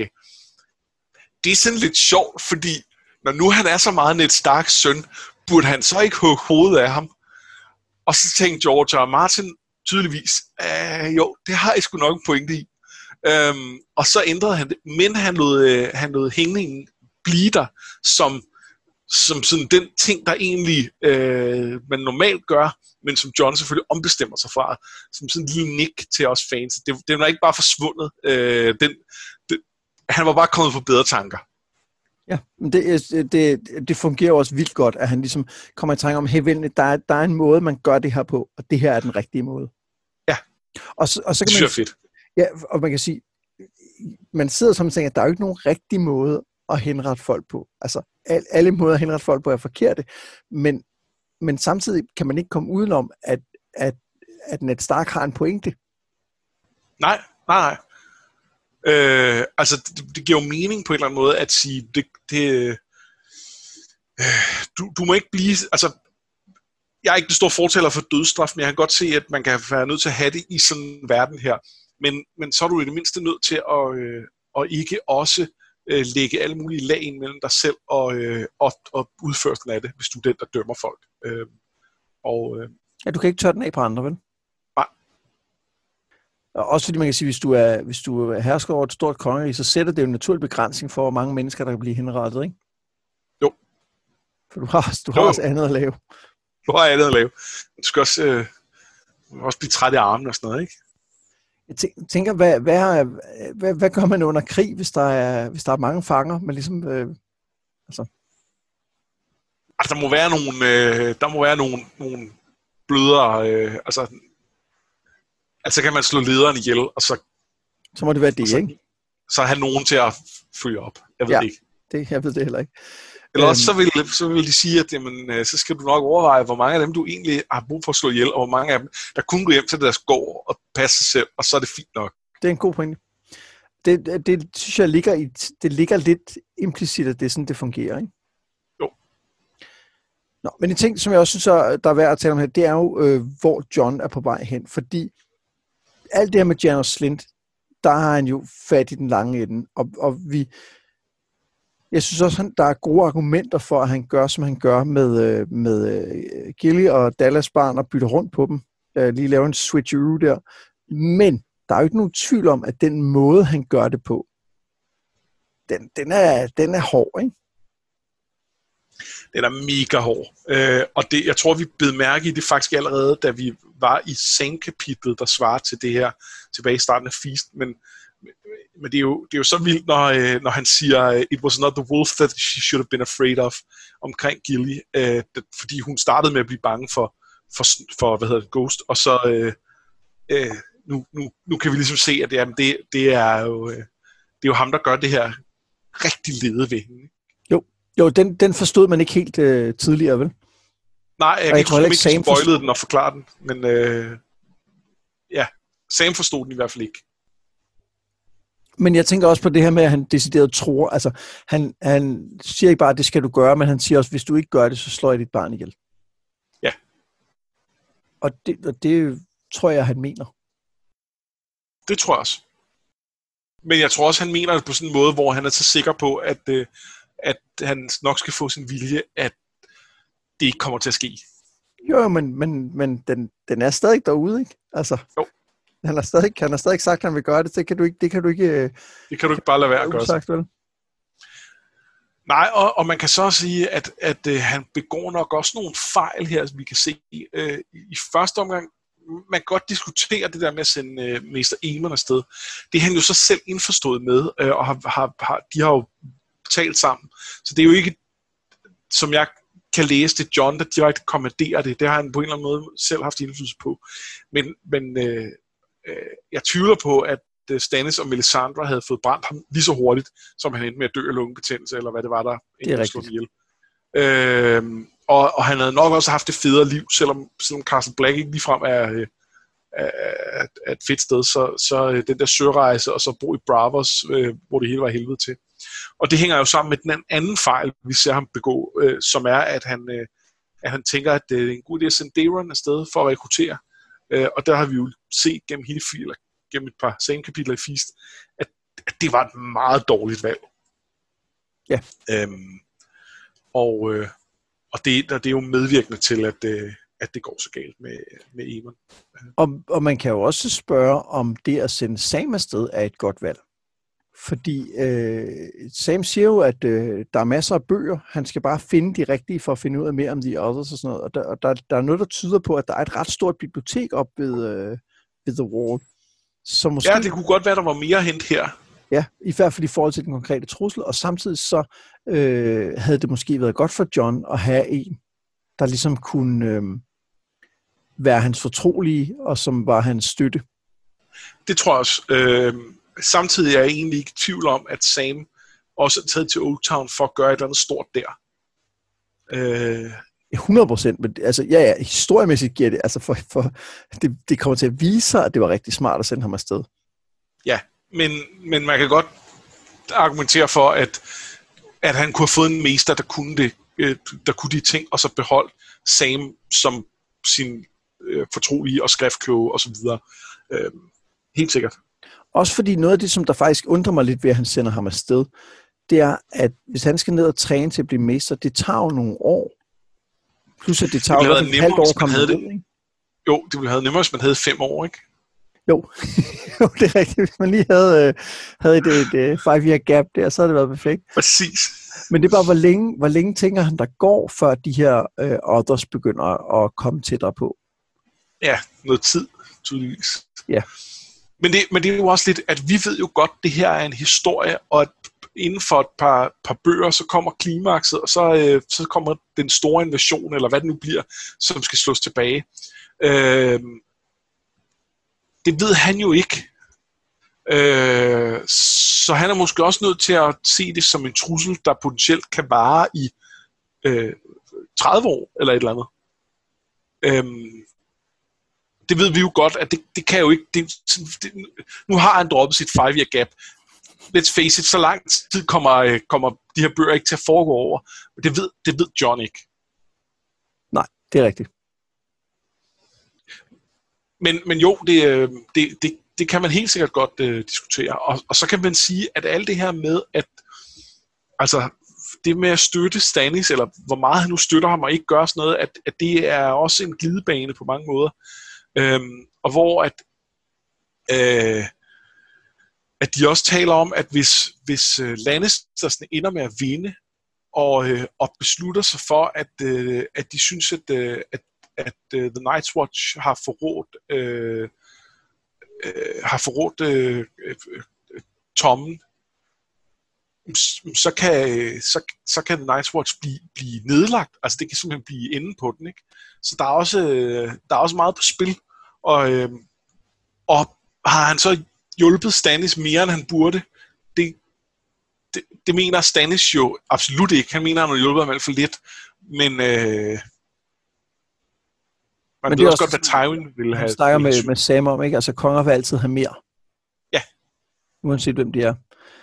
B: det er sådan lidt sjovt, fordi når nu han er så meget Ned Starks søn, burde han så ikke hugge hovedet af ham? Og så tænkte George og Martin tydeligvis, jo, det har jeg sgu nok en pointe i. Øhm, og så ændrede han det, men han lod, øh, han lod hængningen blive der, som, som sådan den ting, der egentlig øh, man normalt gør, men som Jon selvfølgelig ombestemmer sig fra, som sådan en lille nik til os fans. Det, det var ikke bare forsvundet. Øh, den, det, han var bare kommet på bedre tanker.
A: Ja, det, det, det fungerer også vildt godt, at han ligesom kommer i tanke om, hey, der er, der er en måde, man gør det her på, og det her er den rigtige måde.
B: Ja,
A: og så, og så kan
B: det
A: man,
B: synes jeg er fedt.
A: Ja, og man kan sige, man sidder som og tænker, at der er jo ikke nogen rigtig måde at henrette folk på. Altså, al, alle måder at henrette folk på er forkerte, men, men samtidig kan man ikke komme udenom, at, at, at Ned Stark har en pointe.
B: Nej, nej, nej. Øh, altså, det, det giver jo mening på en eller anden måde at sige, det, det, du, du må ikke blive... Altså, jeg er ikke den store fortæller for dødsstraf, men jeg kan godt se, at man kan være nødt til at have det i sådan en verden her. Men, men så er du i det mindste nødt til at, øh, at ikke også øh, lægge alle mulige lag ind mellem dig selv og, øh, og, og udførelsen af det, hvis du er den, der dømmer folk. Øh, og, øh,
A: ja, du kan ikke tørre den af på andre, vel?
B: Nej.
A: Og også fordi man kan sige, hvis du er, hvis du er hersker over et stort kongerige, så sætter det jo en naturlig begrænsning for, hvor mange mennesker, der kan blive henrettet, ikke?
B: Jo.
A: For du har, du har
B: jo.
A: også andet at lave.
B: Du har andet at lave. Du skal også, øh, også blive træt i armen og sådan noget, ikke?
A: Jeg tænker, hvad, hvad, hvad, hvad gør man under krig, hvis der er, hvis der er mange fanger? Men ligesom, øh, altså...
B: altså, der må være nogle, øh, der må være nogle, nogle blødere, øh, altså, altså kan man slå lederen ihjel, og så...
A: Så må det være det,
B: så,
A: ikke?
B: Så have nogen til at følge op. Jeg ved
A: ja,
B: det ikke.
A: Det, jeg ved det heller ikke.
B: Eller også så vil, så vil de sige, at jamen, så skal du nok overveje, hvor mange af dem, du egentlig har brug for at slå ihjel, og hvor mange af dem, der kun går hjem til deres gård og passe sig selv, og så er det fint nok.
A: Det er en god pointe. Det, det, det synes jeg ligger, i, det ligger lidt implicit, at det er sådan, det fungerer, ikke?
B: Jo.
A: Nå, men en ting, som jeg også synes, der er værd at tale om her, det er jo, øh, hvor Jon er på vej hen. Fordi alt det her med Janos Slynt, der har han jo fat i den lange ende, og, og vi... Jeg synes også, at der er gode argumenter for, at han gør, som han gør med, med Gilly og Dallas barn og bytter rundt på dem. Lige lave en switcheroo der. Men der er jo ikke nogen tvivl om, at den måde, han gør det på, den, den, er, den er hård, ikke?
B: Den er mega hård. Øh, og det, jeg tror, vi bed mærke i det faktisk allerede, da vi var i Sam-kapitlet, der svarer til det her tilbage i starten af Feast. Men Men det er, jo, det er jo så vildt, når, når han siger, it was not the wolf that she should have been afraid of, omkring Gilly, øh, det, fordi hun startede med at blive bange for, for, for hvad hedder det, Ghost, og så øh, øh, nu, nu, nu kan vi ligesom se, at jamen, det, det, er jo, øh, det er jo ham, der gør det her rigtig lede ved hende.
A: Jo, jo den, den forstod man ikke helt øh, tidligere, vel?
B: Nej, jeg, jeg kan ikke huske, om ikke Sam spoilede den og forklare den, men øh, ja, Sam forstod den i hvert fald ikke.
A: Men jeg tænker også på det her med, at han decideret tror, altså han, han siger ikke bare, at det skal du gøre, men han siger også, hvis du ikke gør det, så slår jeg dit barn ihjel.
B: Ja.
A: Og det, og det tror jeg, han mener.
B: Det tror jeg også. Men jeg tror også, han mener det på sådan en måde, hvor han er så sikker på, at, at han nok skal få sin vilje, at det ikke kommer til at ske.
A: Jo, men, men, men den, den er stadig derude, ikke? Altså.
B: Jo.
A: Han har stadig, han har stadig sagt, at han vil gøre det. Det kan du ikke, det kan du ikke,
B: det kan du ikke bare lade være at gøre.
A: Sagt, vel?
B: Nej, og, og man kan så sige, at, at uh, han begår nok også nogle fejl her, som vi kan se uh, i første omgang. Man kan godt diskutere det der med at sende uh, Mester Aemon afsted. Det er han jo så selv indforstået med, uh, og har, har, har, de har jo talt sammen. Så det er jo ikke, som jeg kan læse det, Jon, der direkte kommanderer det. Det har han på en eller anden måde selv haft indflydelse på. Men, men uh, jeg tvivler på, at Stannis og Melisandre havde fået brændt ham lige så hurtigt, som han endte med at dø af lungebetændelse, eller hvad det var, der
A: endte med at slå ham
B: ihjel. Øhm, og, og han havde nok også haft det federe liv, selvom, selvom Castle Black ikke ligefrem er, er, er, er et fedt sted, så, så den der sørejse, og så bo i Bravos, øh, hvor det hele var helvede til. Og det hænger jo sammen med den anden fejl, vi ser ham begå, øh, som er, at han, øh, at han tænker, at det er en god idé at sende Daeron afsted for at rekruttere. Øh, og der har vi jo set gennem hele filer, gennem et par Sam-kapitler i Feast, at, at det var et meget dårligt valg.
A: Ja.
B: Øhm, og øh, og det, det er jo medvirkende til, at, øh, at det går så galt med, med Aemon.
A: Og, og man kan jo også spørge, om det at sende Sam afsted er et godt valg. Fordi øh, Sam siger jo, at øh, der er masser af bøger. Han skal bare finde de rigtige for at finde ud af mere om The Others og sådan noget. Og der, og der, der er noget, der tyder på, at der er et ret stort bibliotek op ved, øh, ved The Wall. Så måske,
B: ja, det kunne godt være, der var mere hent her.
A: Ja, i hvert fald i forhold til den konkrete trussel. Og samtidig så øh, havde det måske været godt for Jon at have en, der ligesom kunne øh, være hans fortrolige, og som var hans støtte.
B: Det tror jeg også. Øh... Samtidig er jeg egentlig ikke i tvivl om, at Sam også er taget til Oldtown for at gøre et eller andet stort der. Øh...
A: hundrede procent, men altså, ja, ja, historiemæssigt giver det, altså for, for, det, det kommer til at vise sig, at det var rigtig smart at sende ham afsted.
B: Ja, men, men man kan godt argumentere for, at, at han kunne have fået en mester, der kunne det øh, der kunne de ting, og så beholdt Sam som sin øh, fortrolige og skriftkloge og så videre. Øh, helt sikkert.
A: Også fordi noget af det, som der faktisk undrer mig lidt ved, at han sender ham afsted, det er, at hvis han skal ned og træne til at blive mester, det tager jo nogle år. Plus at det tager jo et halvt år at komme ned, ikke?
B: Jo, det ville have nemmere, hvis man havde fem år, ikke?
A: Jo, jo, det er rigtigt. Hvis man lige havde, øh, havde et, et, et five-year gap der, så havde det været perfekt.
B: Præcis.
A: Men det er bare, hvor længe, hvor længe tænker han, der går, før de her øh, others begynder at komme tættere på?
B: Ja, noget tid, tydeligvis.
A: Ja.
B: Men det, men det er jo også lidt, at vi ved jo godt, at det her er en historie, og at inden for et par, par bøger, så kommer klimakset, og så, øh, så kommer den store invasion, eller hvad det nu bliver, som skal slås tilbage. Øh, det ved han jo ikke. Øh, så han er måske også nødt til at se det som en trussel, der potentielt kan vare i øh, tredive år, eller et eller andet. Øh, det ved vi jo godt, at det, det kan jo ikke... Det, det, nu har han droppet sit five-year gap. Let's face it, så lang tid kommer, kommer de her bøger ikke til at foregå over. Det ved, det ved John ikke.
A: Nej, det er rigtigt.
B: Men, men jo, det, det, det, det kan man helt sikkert godt uh, diskutere. Og, og så kan man sige, at alt det her med, at altså, det med at støtte Stannis, eller hvor meget han nu støtter ham og ikke gør sådan noget, at, at det er også en glidebane på mange måder. Øhm, og hvor at, øh, at de også taler om, at hvis, hvis uh, Lannister ender med at vinde, og, øh, og beslutter sig for, at, øh, at de synes, at, øh, at at uh, The Night's Watch har forrådt øh, øh, har forrådt øh, øh, Tommen, så kan så, så kan The Night's Watch blive, blive nedlagt. Altså det kan simpelthen blive enden på den, ikke? Så der er også øh, der er også meget på spil, og øh, og har han så hjulpet Stannis mere end han burde? Det det, det mener Stannis jo absolut ikke. Han mener han har hjulpet ham alt for lidt, men øh, Man men det er også godt, hvad Tywin ville have.
A: Han snakker med, med Sam om, ikke? Altså, konger vil altid have mere.
B: Ja.
A: Uanset hvem de er.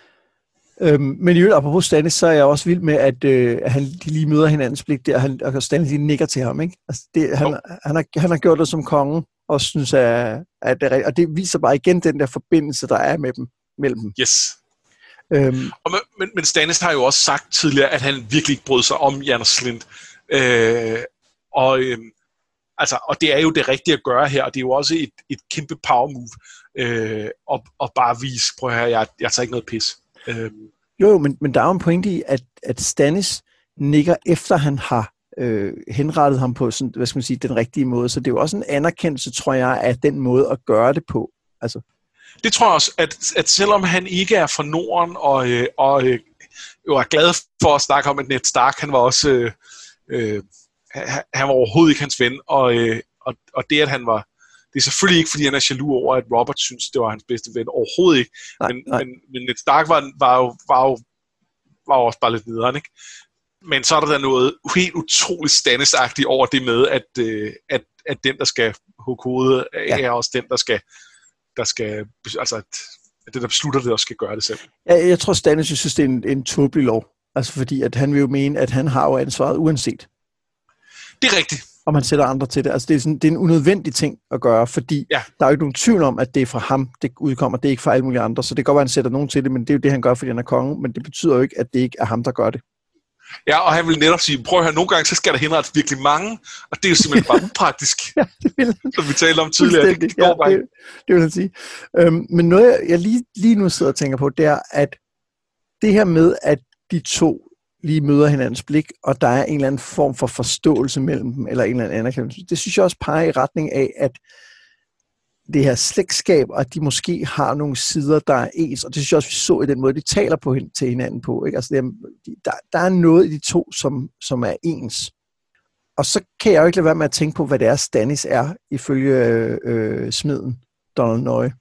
A: Øhm, men i øvrigt, apropos Stannis, så er jeg også vild med, at, øh, at han, de lige møder hinandens blik der, han, og Stannis lige nikker til ham, ikke? Altså, det, han, oh. han, har, han har gjort det som konge, og synes, at, at det er, og det viser bare igen den der forbindelse, der er med dem, mellem dem.
B: Yes. Øhm, og men, men Stannis har jo også sagt tidligere, at han virkelig ikke brød sig om Janos Slynt. Øh, og... Øh, Altså, og det er jo det rigtige at gøre her, og det er jo også et, et kæmpe power move, øh, og, og bare vise, prøv her, jeg, jeg tager ikke noget pis. Øh.
A: Jo, men, men der er jo en pointe i, at, at Stannis nikker efter han har øh, henrettet ham på sådan, hvad skal man sige, den rigtige måde, så det er jo også en anerkendelse, tror jeg, af den måde at gøre det på. Altså.
B: Det tror jeg også, at, at selvom han ikke er fra Norden, og, øh, og øh, jo er glad for at snakke om, at Ned Stark, han var også... Øh, øh, han var overhovedet ikke hans ven, og, øh, og, og det, at han var... Det er selvfølgelig ikke, fordi han er jaloux over, at Robert synes, det var hans bedste ven. Overhovedet ikke. Nej, men, nej. men, men Ned Stark var, var, jo, var, jo, var jo også bare lidt nederen, ikke? Men så er der da noget helt utroligt Stannis-agtigt over det med, at, øh, at, at den, der skal hugge hovedet af, ja. er også den, der skal... Der skal altså, at, at det, der beslutter det, også skal gøre det selv.
A: Ja, jeg tror, Stannis synes, det er en, en tåbelig lov. Altså fordi, at han vil jo mene, at han har jo ansvaret uanset.
B: Det er rigtigt.
A: Og man sætter andre til det. Altså det er, sådan, det er en unødvendig ting at gøre, fordi ja. Der er jo ikke nogen tvivl om, at det er fra ham, det udkommer. Det er ikke fra alle mulige andre. Så det kan godt være, at han sætter nogen til det, men det er jo det, han gør, fordi han er konge. Men det betyder jo ikke, at det ikke er ham, der gør det.
B: Ja, og han vil netop sige, prøv at høre, nogle gange så skal der henrettes virkelig mange, og det er jo simpelthen bare upraktisk. Ja, det vil han. Som vi talte om tidligere. Det, det,
A: ja, det, det vil han sige. Øhm, men noget, jeg, jeg lige, lige nu sidder og tænker på, det er, at det her med, at de to lige møder hinandens blik, og der er en eller anden form for forståelse mellem dem, eller en eller anden anerkendelse. Det synes jeg også peger i retning af, at det her slægtskab, og at de måske har nogle sider, der er ens, og det synes jeg også, vi så i den måde, de taler på hin- til hinanden på. Ikke? Altså, det er, der, der er noget i de to, som, som er ens. Og så kan jeg jo ikke lade være med at tænke på, hvad det er, Stannis er, ifølge øh, øh, smeden, Donald Nøje.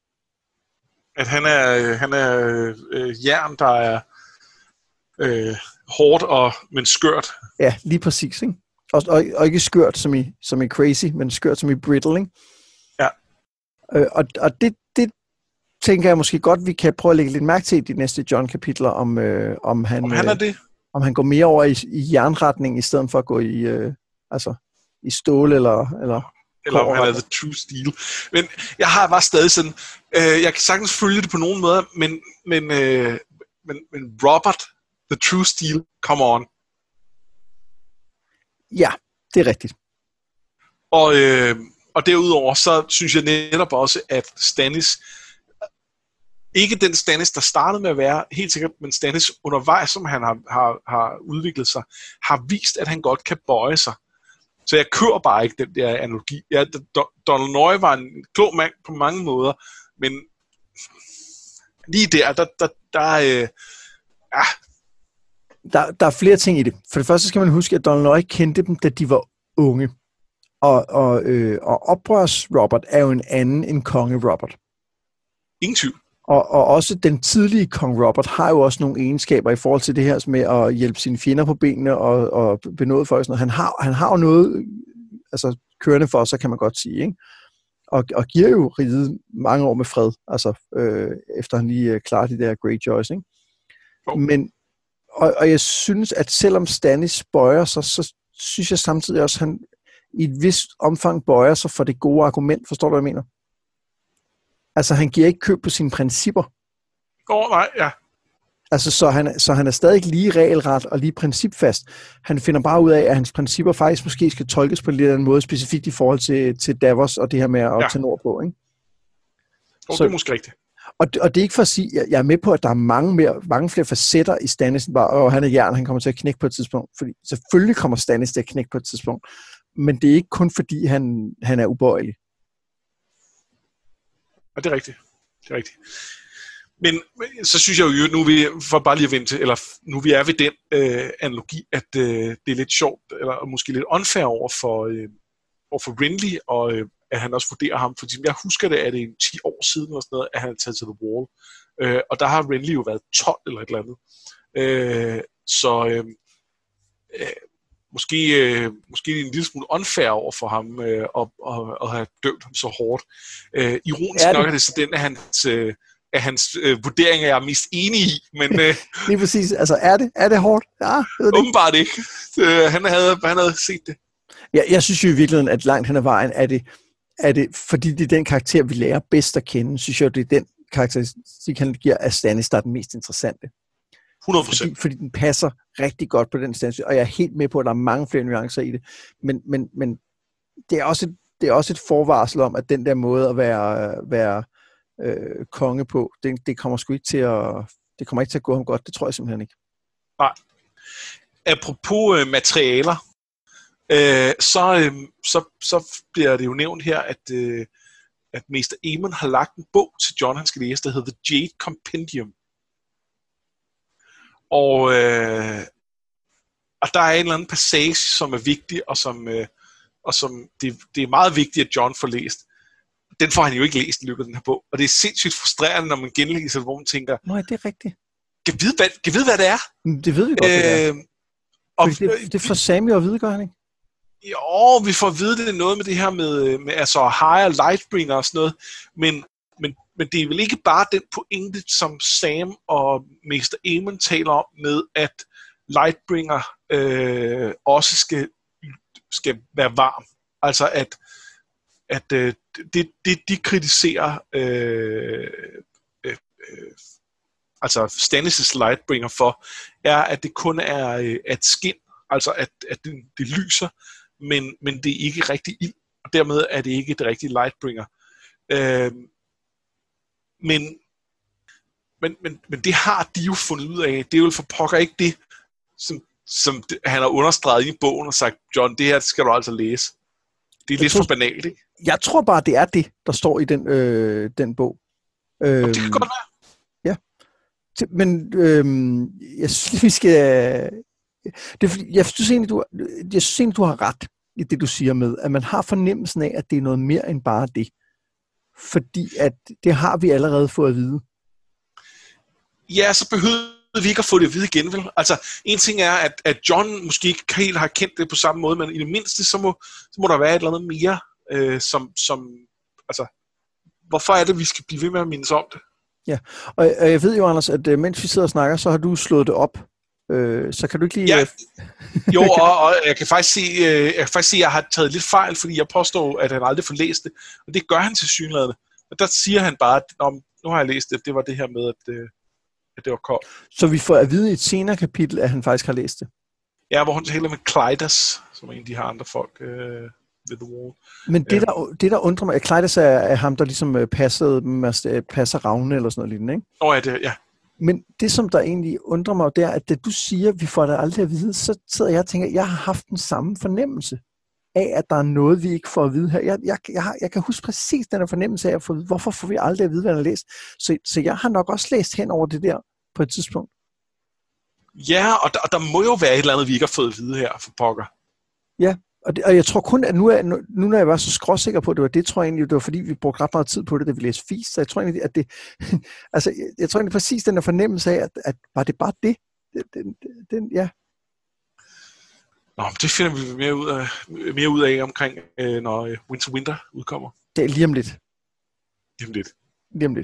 B: At han er, han er øh, jern, der er Øh, hårdt og men skørt.
A: Ja, lige præcis, ikke? Og, og, og ikke skørt som i, som i crazy, men skørt som i brittle, ikke?
B: Ja.
A: Øh, og og det, det tænker jeg måske godt, vi kan prøve at lægge lidt mærke til i de næste John-kapitler, om, øh, om han...
B: Om han er det?
A: Om han går mere over i, i jernretning, i stedet for at gå i, øh, altså, i stål eller... eller
B: eller om han er the true steel. Men jeg har bare stadig sådan, øh, jeg kan sagtens følge det på nogen måder, men, men, øh, men, men Robert, the true steel, come on.
A: Ja, det er rigtigt.
B: Og, øh, og derudover, så synes jeg netop også, at Stannis, ikke den Stannis, der startede med at være, helt sikkert, men Stannis undervejs, som han har, har, har udviklet sig, har vist, at han godt kan bøje sig. Så jeg kører bare ikke den der analogi. Ja, Donald Noye var en klog mand på mange måder, men lige der, der, der, der, øh, ja.
A: der, der er flere ting i det. For det første skal man huske, at Donald Noye kendte dem, da de var unge. Og, og, øh, og oprørs Robert er jo en anden end konge Robert.
B: Ingen tvivl.
A: Og, og også den tidlige kong Robert har jo også nogle egenskaber i forhold til det her med at hjælpe sine fjender på benene og, og benåde folk. Sådan noget. Han, har, han har jo noget altså, kørende for sig, kan man godt sige. Ikke? Og, og giver jo riget mange år med fred, altså, øh, efter han lige øh, klarer de der Greyjoys. Ikke? Oh. Men, og, og jeg synes, at selvom Stannis bøjer sig, så synes jeg samtidig også, at han i et vist omfang bøjer sig for det gode argument. Forstår du, hvad jeg mener? Altså, han giver ikke køb på sine principper.
B: Åh, oh, nej, ja.
A: Altså, så han, så han er stadig lige regelret og lige principfast. Han finder bare ud af, at hans principper faktisk måske skal tolkes på en lidt anden måde, specifikt i forhold til, til Davos og det her med at ja. tage nordpå, ikke?
B: Oh, så, det er måske rigtigt.
A: Og, og det er ikke for at sige, jeg, jeg er med på, at der er mange, mere, mange flere facetter i Stannis, bare, og han er jern, han kommer til at knække på et tidspunkt. Fordi selvfølgelig kommer Stannis til at knække på et tidspunkt. Men det er ikke kun fordi, han, han er ubøjelig.
B: Og det er rigtigt. Det er rigtigt. Men så synes jeg jo, nu vi for bare lige at vente, eller nu vi er ved den øh, analogi, at øh, det er lidt sjovt, eller måske lidt unfair over for, øh, over for Renly, og øh, at han også vurderer ham, fordi jeg husker det, at det er ti år siden, eller sådan noget, at han er taget til The Wall. Øh, og der har Renly jo været tolv eller et eller andet. Øh, så øh, øh, måske, øh, måske en lille smule unfair over for ham, øh, og, og, og have dømt ham så hårdt. Øh, ironisk er nok er det så den, at hans... Øh, af hans øh, vurderinger, jeg er mest enig i, men... Øh,
A: lige præcis, altså er det, er det hårdt? Ja, det
B: åbenbart ikke. Øh, han, havde, han havde set det.
A: Ja, jeg synes jo i virkeligheden, at langt hen ad vejen er det, er det, fordi det er den karakter, vi lærer bedst at kende, synes jeg, det er den karakteristik, han giver af Stannis, der er den mest interessante.
B: hundrede procent.
A: Fordi, fordi den passer rigtig godt på den Stannis, og jeg er helt med på, at der er mange flere nuancer i det, men, men, men det, er også et, det er også et forvarsel om, at den der måde at være... være Øh, konge på, det, det kommer sgu ikke til at det kommer ikke til at gå ham godt, det tror jeg simpelthen ikke.
B: Nej. Apropos øh, materialer, øh, så, øh, så, så bliver det jo nævnt her, at, øh, at Mester Aemon har lagt en bog til Jon, han skal læse, der hedder The Jade Compendium. Og, øh, og der er en eller anden passage, som er vigtig, og som, øh, og som det, det er meget vigtigt, at Jon får læst. Den får han jo ikke læst i løbet af den her bog. Og det er sindssygt frustrerende, når man genlæser, hvor man tænker...
A: Nej, det er rigtigt.
B: Kan vide, hvad, kan vide, hvad det er?
A: Det ved vi godt, øh, hvad det er. Og, det, det får Samuel at vide, gør han ikke?
B: Jo, vi får at vide, det er noget med det her med, med altså higher lightbringer og sådan noget. Men, men, men det er vel ikke bare den pointe, som Sam og Mester Aemon taler om, med at lightbringer øh, også skal, skal være varm. Altså at at øh, det, det, de kritiserer øh, øh, øh, altså Stannis' Lightbringer for, er, at det kun er øh, at skin, altså at, at det, det lyser, men, men det er ikke rigtig ild, og dermed er det ikke det rigtige Lightbringer. Øh, men, men, men, men det har de jo fundet ud af. Det er jo for pokker ikke det, som, som han har understreget i bogen og sagt, Jon, det her skal du altså læse. Det er jeg lidt tror, for banalt, ikke?
A: Jeg tror bare, det er det, der står i den, øh, den bog.
B: Øh, det kan godt være.
A: Ja. Men øh, jeg synes, vi skal... Det er, fordi, jeg, synes egentlig, du, jeg synes egentlig, du har ret i det, du siger med, at man har fornemmelsen af, at det er noget mere end bare det. Fordi at det har vi allerede fået at vide.
B: Ja, så behøver vi ikke at få det at vide igen, vel? Altså, en ting er, at, at Jon måske ikke helt har kendt det på samme måde, men i det mindste, så må, så må der være et eller andet mere, øh, som, som, altså, hvorfor er det, vi skal blive ved med at mindes om det?
A: Ja, og, og jeg ved jo, Anders, at uh, mens vi sidder og snakker, så har du slået det op Øh, så kan du ikke lige...
B: Ja. Jo, og, og jeg kan faktisk se, øh, jeg kan faktisk se, at jeg har taget lidt fejl, fordi jeg påstår, at han aldrig får læst det. Og det gør han til synligheden. Og der siger han bare, at nu har jeg læst det. Det var det her med, at, øh, at det var koldt.
A: Så vi får at vide i et senere kapitel, at han faktisk har læst det?
B: Ja, hvor hun taler med Kleidas, som er en af de her andre folk øh, ved The Wall.
A: Men det, der, det der undrer mig, at Kleidas er, er ham, der ligesom passede, passer Ravne eller sådan noget lignende, ikke?
B: Nå ja, det, ja.
A: Men det, som der egentlig undrer mig, det er, at det du siger, vi får det aldrig at vide, så sidder jeg og tænker, jeg har haft den samme fornemmelse af, at der er noget, vi ikke får at vide her. Jeg, jeg, jeg, har, jeg kan huske præcis den her fornemmelse af, at få, hvorfor får vi aldrig at vide, hvad han har læst. Så, så jeg har nok også læst hen over det der på et tidspunkt.
B: Ja, og der, og der må jo være et eller andet, vi ikke har fået at vide her for pokker.
A: Ja, og, det, og jeg tror kun, at nu, er, nu, nu når jeg var så skråsikker på, det var det, tror jeg egentlig, det var fordi, vi brugte ret meget tid på det, da vi læste Fis, så jeg tror egentlig, at det, altså, jeg, jeg tror egentlig præcis den der fornemmelse af, at, at var det bare det? det, det, det, det ja.
B: Nå, det finder vi mere ud af, mere ud af omkring, øh, når Winter Winter udkommer.
A: Det er lige om lidt.
B: Lige om lidt.
A: Lige om lidt.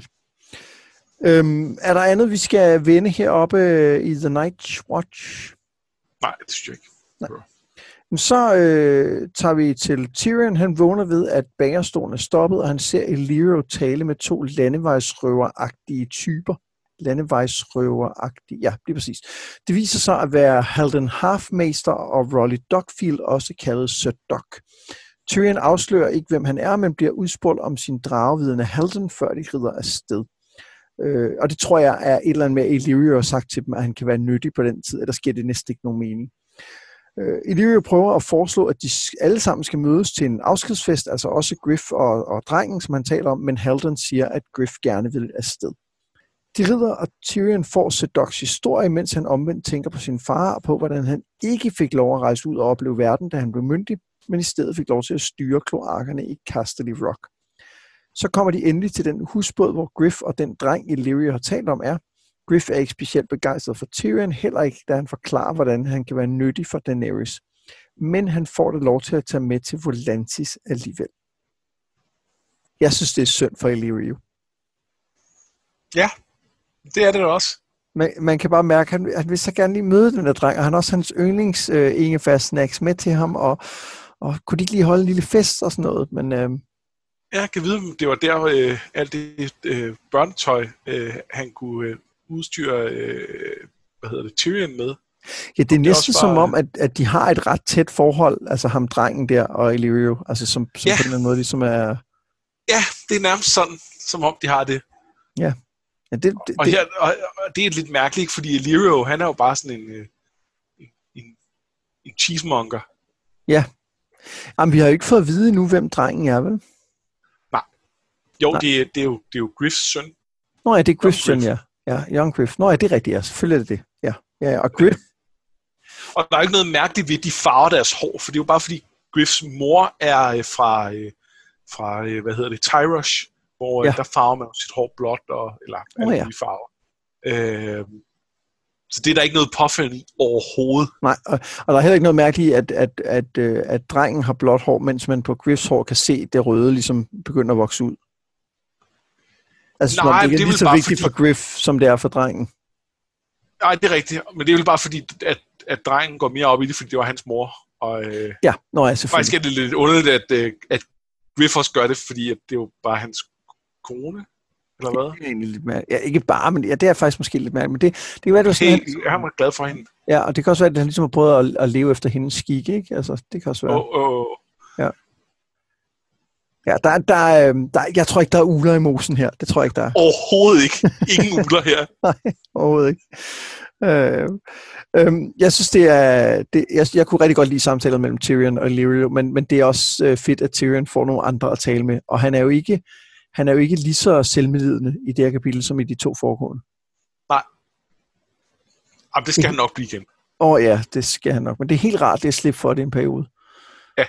A: Øhm, er der andet, vi skal vende heroppe øh, i The Night Watch?
B: Nej, det synes jeg ikke.
A: Nej. Så øh, tager vi til Tyrion. Han vågner ved, at bagerstolen er stoppet, og han ser Illyrio tale med to landevejsrøveragtige typer. Landevejsrøveragtige, ja, det er præcis. Det viser sig at være Halden Halfmaester og Rolly Dogfield, også kaldet Sir Dog. Tyrion afslører ikke, hvem han er, men bliver udspurgt om sin dragevidende Halden, før de rider afsted. Øh, og det tror jeg er et eller andet med, at Illyrio har sagt til dem, at han kan være nyttig på den tid, ellers giver det næsten ikke nogen mening. Øh, Illyrio prøver at foreslå, at de alle sammen skal mødes til en afskedsfest, altså også Griff og, og drengen, som han taler om, men Halden siger, at Griff gerne vil afsted. De rider, og Tyrion får Sir Dogs historie, mens han omvendt tænker på sin far og på, hvordan han ikke fik lov at rejse ud og opleve verden, da han blev myndig, men i stedet fik lov til at styre kloakkerne i Casterly Rock. Så kommer de endelig til den husbåd, hvor Griff og den dreng, Illyrio har talt om, er. Griff er ikke specielt begejstret for Tyrion, heller ikke, da han forklarer, hvordan han kan være nyttig for Daenerys. Men han får det lov til at tage med til Volantis alligevel. Jeg synes, det er synd for Illyrio.
B: Ja, det er det også.
A: Man, man kan bare mærke, at han, han vil så gerne lige møde den der dreng, og han har også hans yndlings øh, ingefær-snacks med til ham, og, og kunne de ikke lige holde en lille fest og sådan noget, men... Øh,
B: Ja, jeg kan vide, om det var der, øh, alt det øh, børnetøj, øh, han kunne øh, udstyre, øh, hvad hedder det, Tyrion med.
A: Ja, det er næsten
B: bare...
A: som om, at, at de har et ret tæt forhold, altså ham drengen der og Illyrio, altså som, som
B: ja.
A: på den anden måde ligesom er...
B: Ja, det er nærmest sådan, som om de har det.
A: Ja. ja det, det,
B: og, her, og, og det er lidt mærkeligt, fordi Illyrio, han er jo bare sådan en, en, en, en cheesemonger.
A: Ja. Jamen, vi har jo ikke fået at vide nu, hvem drengen er, vel?
B: Jo, det, det, er jo, det er jo Griffs søn.
A: Nå ja, det er Griffs søn, ja. Ja, Young Griff. Nå ja, det er rigtigt, ja. Selvfølgelig er det det. Ja, ja og Griff...
B: Og der er ikke noget mærkeligt ved, at de farver deres hår, for det er jo bare fordi Griffs mor er fra, fra hvad hedder det, Tyrosh, hvor ja. Der farver man sit hår blåt, og, eller alle oh, ja. mulige farver. Øh, så det er der ikke noget påfældende overhovedet.
A: Nej, og, og der er heller ikke noget mærkeligt, at, at, at, at, at drengen har blåt hår, mens man på Griffs hår kan se det røde ligesom begynder at vokse ud. Altså, nej, det er det lige så vigtigt fordi... for Griff, som det er for drengen.
B: Nej, det er rigtigt. Men det er jo bare fordi, at, at drengen går mere op i det, fordi det var hans mor. Og, øh,
A: ja, nå ja, selvfølgelig.
B: Faktisk er det lidt underligt, at, at Griff også gør det, fordi at det er jo bare hans kone, eller hvad?
A: Det er egentlig lidt mærkeligt. Ja, ikke bare, men ja, det er faktisk måske lidt mærkeligt. Men det, det kan være, det var sådan,
B: hey, jeg er meget glad for hende.
A: Ja, og det kan også være, at han ligesom har prøvet at, at leve efter hendes skik, ikke? Altså, det kan også være.
B: Oh, oh.
A: Ja. Ja, der, der, der, jeg tror ikke, der er uler i mosen her. Det tror jeg ikke, der er.
B: Overhovedet ikke. Ingen uler her.
A: Nej, overhovedet ikke. Øh, øh, jeg synes, det er... Det, jeg, jeg kunne rigtig godt lide samtaler mellem Tyrion og Illyrio, men, men det er også øh, fedt, at Tyrion får nogle andre at tale med. Og han er jo ikke, han er jo ikke lige så selvmedlidende i det her kapitel, som i de to foregående.
B: Nej. Jamen, det skal han nok blive igen.
A: Åh oh, ja, det skal han nok. Men det er helt rart, det er slippe for det en periode.
B: Ja.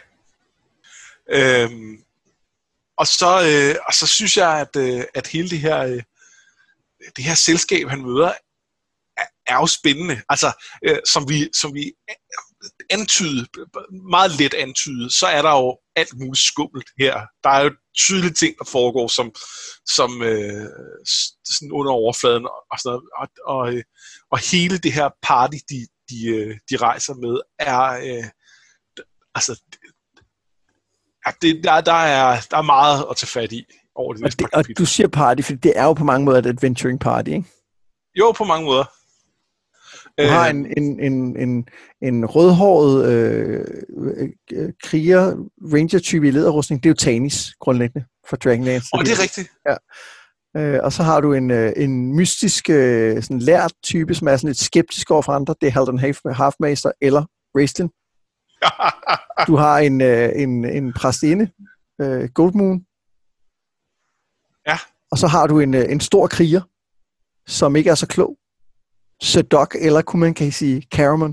B: Øhm... Og så, øh, og så synes jeg, at, øh, at hele det her, øh, det her selskab, han møder, er, er jo spændende. Altså, øh, som vi, som vi antyder, meget let antyder, så er der jo alt muligt skummelt her. Der er jo tydelige ting, der foregår, som, som øh, sådan under overfladen, og, sådan noget. Og, og, og hele det her party, de, de, de rejser med, er, øh, altså, det, der, der, er, der er meget at tage fat i over det næste
A: og, det, og du siger party, for det er jo på mange måder et adventuring party, ikke?
B: Jo, på mange måder.
A: Du har en, en, en, en, en rødhåret øh, øh, kriger, ranger-type i læderrustning. Det er jo Tanis, grundlæggende, for Dragonlance.
B: Og det er rigtigt.
A: Ja. Øh, og så har du en, øh, en mystisk, øh, sådan lært type, som er sådan lidt skeptisk over for andre. Det er Halden Halfmaster eller Raistlin. Du har en, øh, en, en præstinde, øh, Goldmoon.
B: Ja.
A: Og så har du en, øh, en stor kriger, som ikke er så klog. Serdok, eller kunne man kan sige Caramon.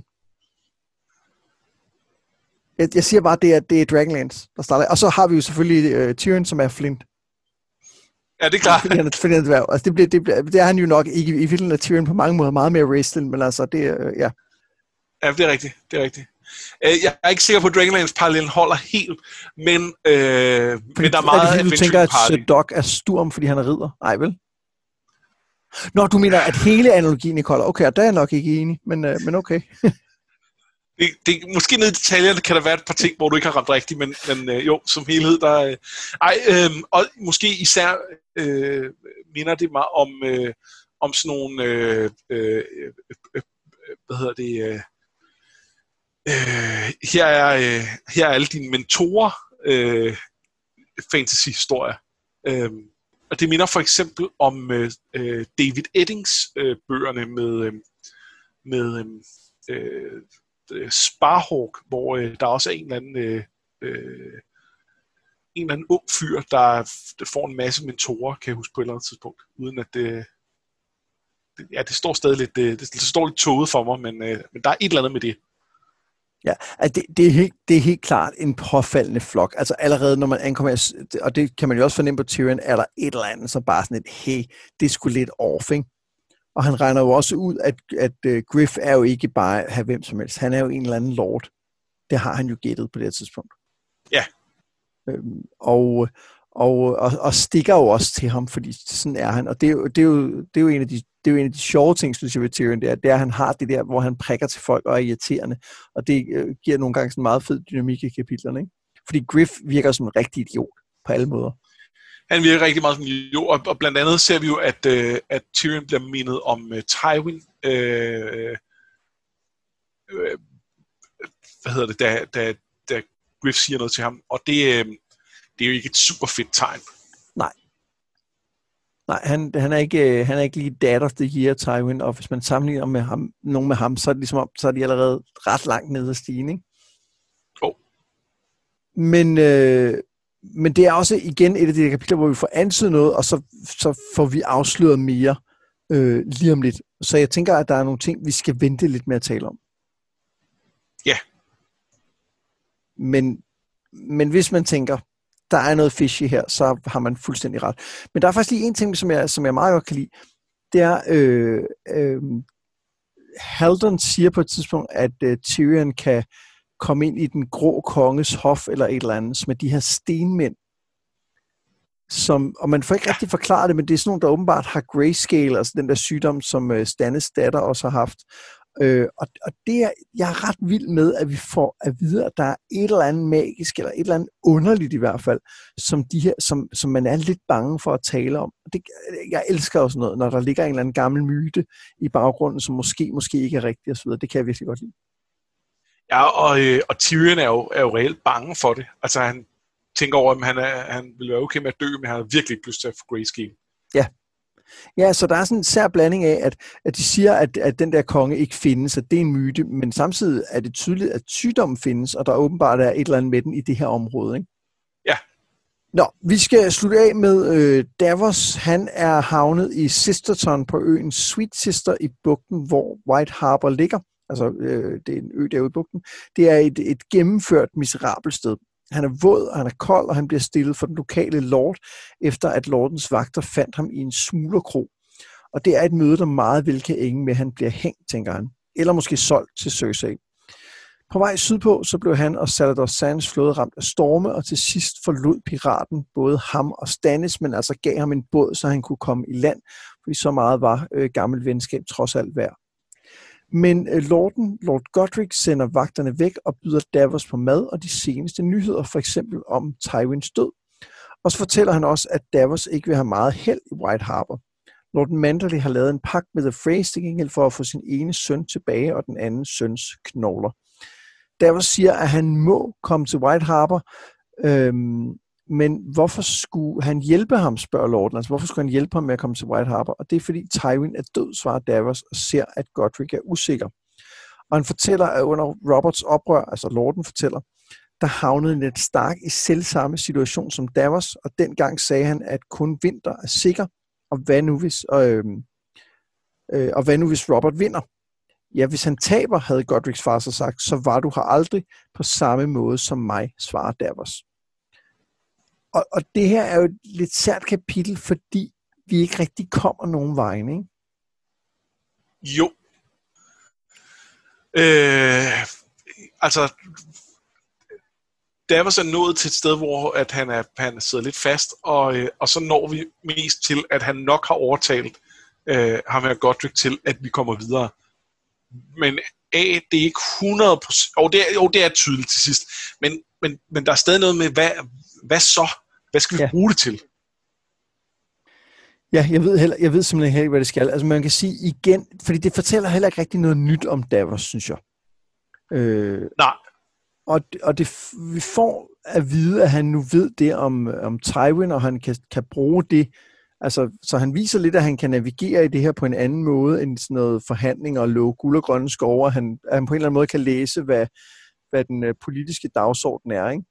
A: Jeg, jeg siger bare, det er, det er Dragonlance, der starter. Og så har vi jo selvfølgelig uh, Tyrion, som er Flint.
B: Ja, det er klart.
A: Fordi han, fordi han er altså, det, bliver, det, bliver, det er han jo nok ikke. I virkeligheden er Tyrion på mange måder meget mere Raistlin, men altså, det er, uh, ja.
B: Ja, det er rigtigt, det er rigtigt. Jeg er ikke sikker på, at Dragonlance-parallellen holder helt, men, øh, men der er meget
A: adventure. Du tænker, at Serdok er Sturm, fordi han er ridder? Nej, vel? Nå, du mener, at hele analogien ikke holder. Okay, og der er jeg nok ikke enig, men, øh, men okay.
B: det, det, måske nede i detaljerne kan der være et par ting, hvor du ikke har ramt rigtigt, men, men øh, jo, som helhed, der... Øh, ej, øh, og måske især øh, minder det mig om, øh, om sådan nogle... Øh, øh, øh, hvad hedder det... Øh, øh, her, er, øh, her er alle dine mentorer øh, fantasy-historier. Øh, Og det minder for eksempel om øh, David Eddings øh, bøgerne med, øh, med øh, øh, Sparhawk, hvor øh, der også er en eller anden øh, øh, en eller anden ung fyr, der, der får en masse mentorer, kan jeg huske på et eller andet tidspunkt, uden at det, det ja, det står stadig lidt, det, det står lidt tåget for mig, men, øh, men der er et eller andet med det.
A: Ja, altså det, det, er helt, det er helt klart en påfaldende flok. Altså allerede når man ankommer, og det kan man jo også fornemme på Tyrion, er der et eller andet, som bare sådan et, hey, det er sgu lidt off, ikke? Og han regner jo også ud, at, at uh, Griff er jo ikke bare at have hvem som helst. Han er jo en eller anden lord. Det har han jo gættet på det her tidspunkt.
B: Ja.
A: Øhm, og, og, og, og stikker jo også til ham, fordi sådan er han. Og det er jo, det er jo, det er jo en af de Det er jo en af de sjove ting, synes jeg, ved Tyrion, det er, det er, at han har det der, hvor han prikker til folk og er irriterende. Og det øh, giver nogle gange sådan meget fed dynamik i kapitlerne, ikke? Fordi Griff virker som en rigtig idiot på alle måder.
B: Han virker rigtig meget som en idiot, og, og blandt andet ser vi jo, at, øh, at Tyrion bliver mindet om øh, Tywin. Øh, øh, hvad hedder det, da, da, da Griff siger noget til ham. Og det, øh, det er jo ikke et super fedt tegn.
A: Nej. Nej, han, han, er ikke, han er ikke lige dad of the year, Tywin, og hvis man sammenligner med ham, nogen med ham, så er det ligesom om, så er de allerede ret langt nede af stigen, ikke?
B: Oh.
A: Men, øh, men det er også igen et af de kapitler, hvor vi får antydet noget, og så, så får vi afsløret mere øh, lige om lidt. Så jeg tænker, at der er nogle ting, vi skal vente lidt med at tale om.
B: Ja. Yeah.
A: Men, men hvis man tænker, der er noget fishy her, så har man fuldstændig ret. Men der er faktisk lige en ting, som jeg, som jeg meget godt kan lide. Det er, øh, øh, Haldon siger på et tidspunkt, at øh, Tyrion kan komme ind i den grå konges hof, eller et eller andet, med de her stenmænd, som, og man får ikke rigtig forklaret det, men det er sådan nogle, der åbenbart har grayscale, altså den der sygdom, som øh, Stannis datter også har haft. Øh, og, og det er, jeg er ret vild med, at vi får at vide, at der er et eller andet magisk, eller et eller andet underligt i hvert fald, som, de her, som, som man er lidt bange for at tale om. Det, jeg elsker også noget, når der ligger en eller anden gammel myte i baggrunden, som måske, måske ikke er rigtig osv. Det kan jeg virkelig godt lide.
B: Ja, og, øh, og Tyrion er jo, er jo reelt bange for det. Altså han tænker over, at han, er, han vil være okay med at dø, men han har virkelig ikke lyst til at få grayscale.
A: Ja. Ja, så der er sådan en sær blanding af, at, at de siger, at, at den der konge ikke findes, at det er en myte, men samtidig er det tydeligt, at sygdommen findes, og der åbenbart er et eller andet med den i det her område, ikke?
B: Ja.
A: Nå, vi skal slutte af med øh, Davos. Han er havnet i Sisterton på øen Sweet Sister i bugten, hvor White Harbor ligger. Altså, øh, det er en ø derude i bugten. Det er et, et gennemført miserabelt sted. Han er våd, og han er kold, og han bliver stillet for den lokale lord, efter at lordens vagter fandt ham i en smuglerkrog. Og det er et møde, der meget vel kan ende med, at han bliver hængt, tænker han. Eller måske solgt til Cersei. På vej sydpå, så blev han og Salvador Sands flåde ramt af storme, og til sidst forlod piraten både ham og Stannis, men altså gav ham en båd, så han kunne komme i land, fordi så meget var øh, gammelt venskab trods alt værd. Men øh, Lorden, Lord Godric sender vagterne væk og byder Davos på mad og de seneste nyheder, for eksempel om Tywins død. Og så fortæller han også, at Davos ikke vil have meget held i White Harbor. Lord Manderley har lavet en pagt med The Freys til gengæld for at få sin ene søn tilbage og den anden søns knogler. Davos siger, at han må komme til White Harbor, øhm, men hvorfor skulle han hjælpe ham, spørger Lorden. Altså, hvorfor skulle han hjælpe ham med at komme til White Harbor? Og det er, fordi Tywin er død, svarer Davos, og ser, at Godric er usikker. Og han fortæller, at under Roberts oprør, altså Lorden fortæller, der havnede Ned Stark i selvsamme situation som Davos, og dengang sagde han, at kun vinter er sikker, og hvad nu hvis, øh, øh, og hvad nu hvis Robert vinder? Ja, hvis han taber, havde Godrics far så sagt, så var du her aldrig på samme måde som mig, svarer Davos. Og, og det her er jo et lidt sært kapitel, fordi vi ikke rigtig kommer nogen vegne, ikke?
B: Jo. Øh, altså, Davos er nået til et sted, hvor at han, er, han sidder lidt fast, og, øh, og så når vi mest til, at han nok har overtalt øh, ham her Godric til, at vi kommer videre. Men A, det er ikke hundrede procent, jo det er, jo, det er tydeligt til sidst, men, men, men der er stadig noget med, hvad, hvad så? Hvad skal vi ja. bruge det til?
A: Ja, jeg ved, heller, jeg ved simpelthen heller ikke, hvad det skal. Altså man kan sige igen, fordi det fortæller heller ikke rigtig noget nyt om Davos, synes jeg. Øh,
B: Nej.
A: Og, og det, vi får at vide, at han nu ved det om, om Tywin, og han kan, kan bruge det. Altså, så han viser lidt, at han kan navigere i det her på en anden måde, end sådan noget forhandling og love guld og grønne skove. Han, at han på en eller anden måde kan læse, hvad, hvad den uh, politiske dagsorden er, ikke?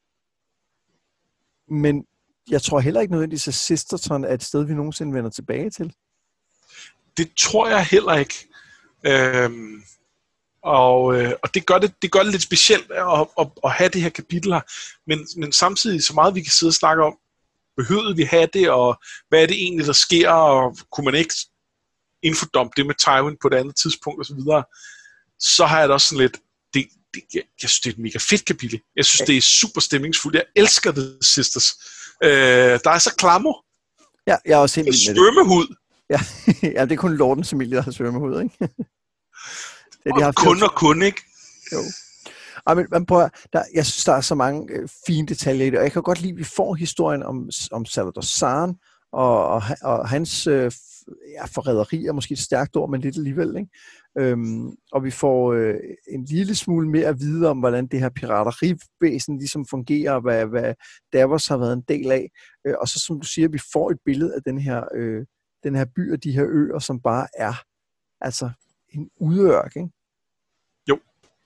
A: Men jeg tror heller ikke nødvendigvis, at Sisterton er et sted, vi nogensinde vender tilbage til.
B: Det tror jeg heller ikke. Øhm, og øh, og det, gør det, det gør det lidt specielt at, at, at have det her kapitel her. Men, men samtidig så meget vi kan sidde og snakke om, behøvede vi have det, og hvad er det egentlig, der sker, og kunne man ikke infodumpe det med Tywin på et andet tidspunkt osv., så, så har jeg da også sådan lidt, det, det, jeg, jeg synes, det er et mega fedt kapitel. Jeg synes, det er super stemningsfuldt. Jeg elsker The Sisters. Øh, der er så klammer.
A: Ja, jeg er også helt
B: vild med det. Svømmehud.
A: Ja, ja, det er kun Lordens familie, der har svømmehud, ikke? Det,
B: og de har kun og kun, ikke?
A: Jo. Ej, men, men prøv, der, jeg synes, der er så mange øh, fine detaljer i det, og jeg kan godt lide, at vi får historien om, om Salvador San og, og, og hans øh, ja, forræderi er måske et stærkt ord, men lidt alligevel, ikke? Øhm, og vi får øh, en lille smule mere at vide om, hvordan det her piraterivæsen ligesom fungerer, og hvad, hvad Davos har været en del af. Øh, og så som du siger, vi får et billede af den her, øh, den her by og de her øer, som bare er altså en udørk, ikke?
B: Jo.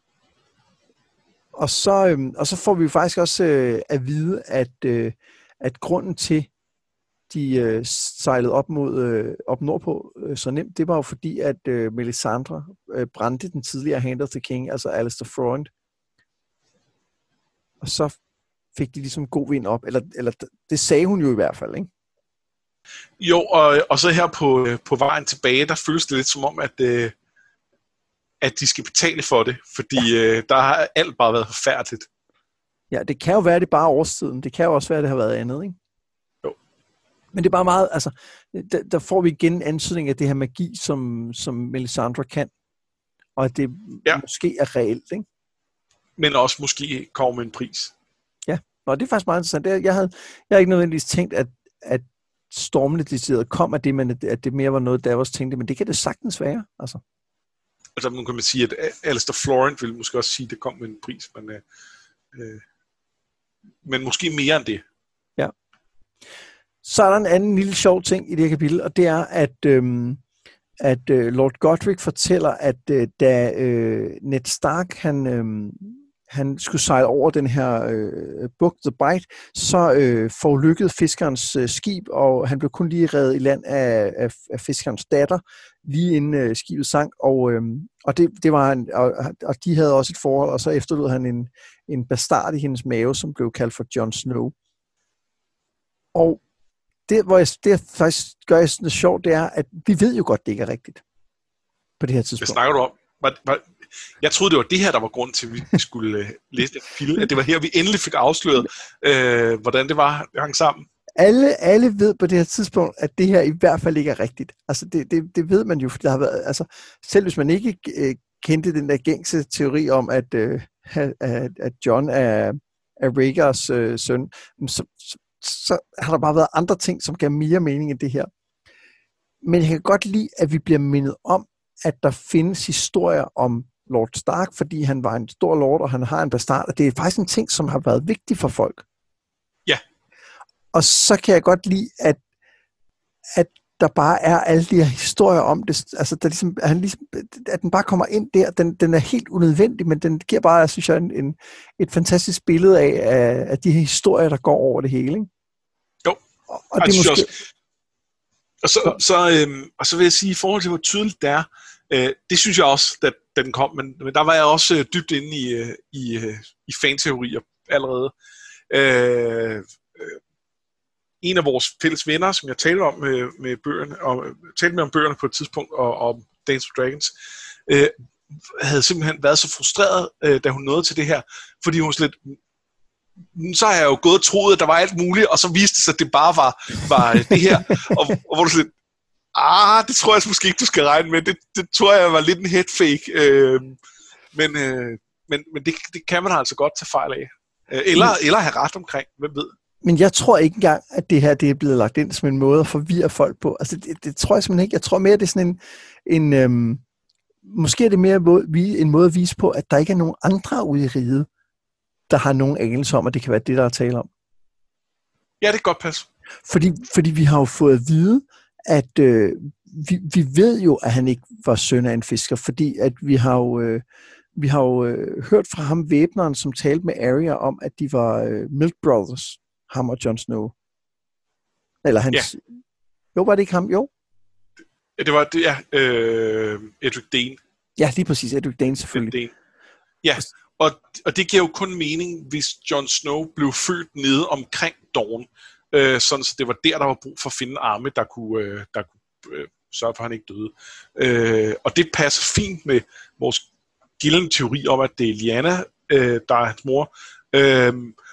A: Og så, øh, og så får vi faktisk også øh, at vide, at, øh, at grunden til, de øh, sejlede op mod øh, op nordpå øh, så nemt, det var jo fordi, at øh, Melisandre øh, brændte den tidligere Hand of the King, altså Alistair Freund. Og så fik de ligesom god vind op, eller, eller det sagde hun jo i hvert fald, ikke?
B: Jo, og, og så her på, på vejen tilbage, der føles det lidt som om, at, øh, at de skal betale for det, fordi ja. øh, der har alt bare været forfærdeligt.
A: Ja, det kan jo være, det bare årstiden. Det kan jo også være, det har været andet, ikke?
B: Jo.
A: Men det er bare meget, altså, der, der får vi igen en antydning af det her magi, som, som Melisandre kan, og at det ja. måske er reelt, ikke?
B: Men også måske kommer med en pris.
A: Ja, og det er faktisk meget interessant. Det, jeg, havde, jeg havde ikke nødvendigvis tænkt, at, at stormene decideret kom af det, men at, at det mere var noget, der også tænkte, men det kan det sagtens være, altså.
B: Altså, nu kan man sige, at Alistair Florent vil måske også sige, at det kom med en pris, men, øh, øh, men måske mere end det.
A: Ja. Så er der en anden lille sjov ting i det her kapitel, og det er, at, øhm, at øh, Lord Godric fortæller, at øh, da øh, Ned Stark, han, øh, han skulle sejle over den her øh, bugt, The Bight, så øh, forulykkede fiskerens øh, skib, og han blev kun lige reddet i land af, af, af fiskerens datter, lige inden øh, skibet sank, og, øh, og, det, det var han, og, og de havde også et forhold, og så efterlod han en, en bastard i hendes mave, som blev kaldt for Jon Snow. Og det, hvor jeg, det jeg faktisk gør jeg sådan sjovt, det er, at vi ved jo godt, det ikke er rigtigt på det her tidspunkt.
B: Hvad snakker du om? var, var, jeg troede, det var det her, der var grund til, at vi skulle uh, læse den film. At det var her, vi endelig fik afsløret, uh, hvordan det var, det hang sammen.
A: Alle, alle ved på det her tidspunkt, at det her i hvert fald ikke er rigtigt. Altså, det, det, det ved man jo, for der har været, altså, selv hvis man ikke øh, kendte den der gængse teori om, at, øh, at, at John er, er Rhaegars øh, søn, så, så, så har der bare været andre ting, som gav mere mening end det her. Men jeg kan godt lide, at vi bliver mindet om, at der findes historier om Lord Stark, fordi han var en stor lord, og han har en bastard, og det er faktisk en ting, som har været vigtig for folk.
B: Ja.
A: Og så kan jeg godt lide, at, at der bare er alle de her historier om det, altså der ligesom, at, han ligesom, at den bare kommer ind der, den, den er helt unødvendig, men den giver bare, synes jeg, en, en, et fantastisk billede af, af, af de her historier, der går over det hele. Ikke?
B: Jo,
A: og, og, det måske...
B: også, og, så, så, øhm, og så vil jeg sige, i forhold til, hvor tydeligt det er, øh, det synes jeg også, da, da den kom, men, men der var jeg også øh, dybt inde i, øh, i, øh, i fanteorier allerede. Øh, øh, En af vores fælles venner, som jeg talte om med, med bøgerne, og talte med om bøgerne på et tidspunkt, og om Dance of Dragons, øh, havde simpelthen været så frustreret, øh, da hun nåede til det her, fordi hun slet, så har jeg jo gået og troet, at der var alt muligt, og så viste det sig, at det bare var, var det her, og, og hvor du slet, ah, det tror jeg måske ikke, du skal regne med, det, det tror jeg var lidt en headfake, øh, men, øh, men, men det, det kan man altså godt tage fejl af, øh, eller, eller have ret omkring, hvem ved.
A: Men jeg tror ikke engang, at det her det er blevet lagt ind som en måde at forvirre folk på. Altså, det, det tror jeg simpelthen ikke. Jeg tror mere, det er sådan en... en øhm, måske er det mere en måde at vise på, at der ikke er nogen andre ude i riget, der har nogen anelse om, at det kan være det, der er tale om.
B: Ja, det kan godt passe.
A: Fordi, fordi vi har jo fået at vide, at øh, vi, vi ved jo, at han ikke var søn af en fisker, fordi at vi har jo... Øh, vi har jo øh, hørt fra ham, væbneren, som talte med Arya om, at de var øh, Milk Brothers. Ham og Jon Snow. Eller hans... Ja. Jo, var det ikke ham? Jo.
B: Ja, det var det, ja. Øh, Edric Dane.
A: Ja, lige præcis. Edric Dane selvfølgelig.
B: Dane. Ja, og, og det giver jo kun mening, hvis Jon Snow blev født nede omkring Dorne. Øh, sådan så det var der, der var brug for at finde arme, der kunne, øh, der kunne øh, sørge for, at han ikke døde. Øh, og det passer fint med vores gildende teori om, at det er Lyanna, øh, der er hans mor. Øh,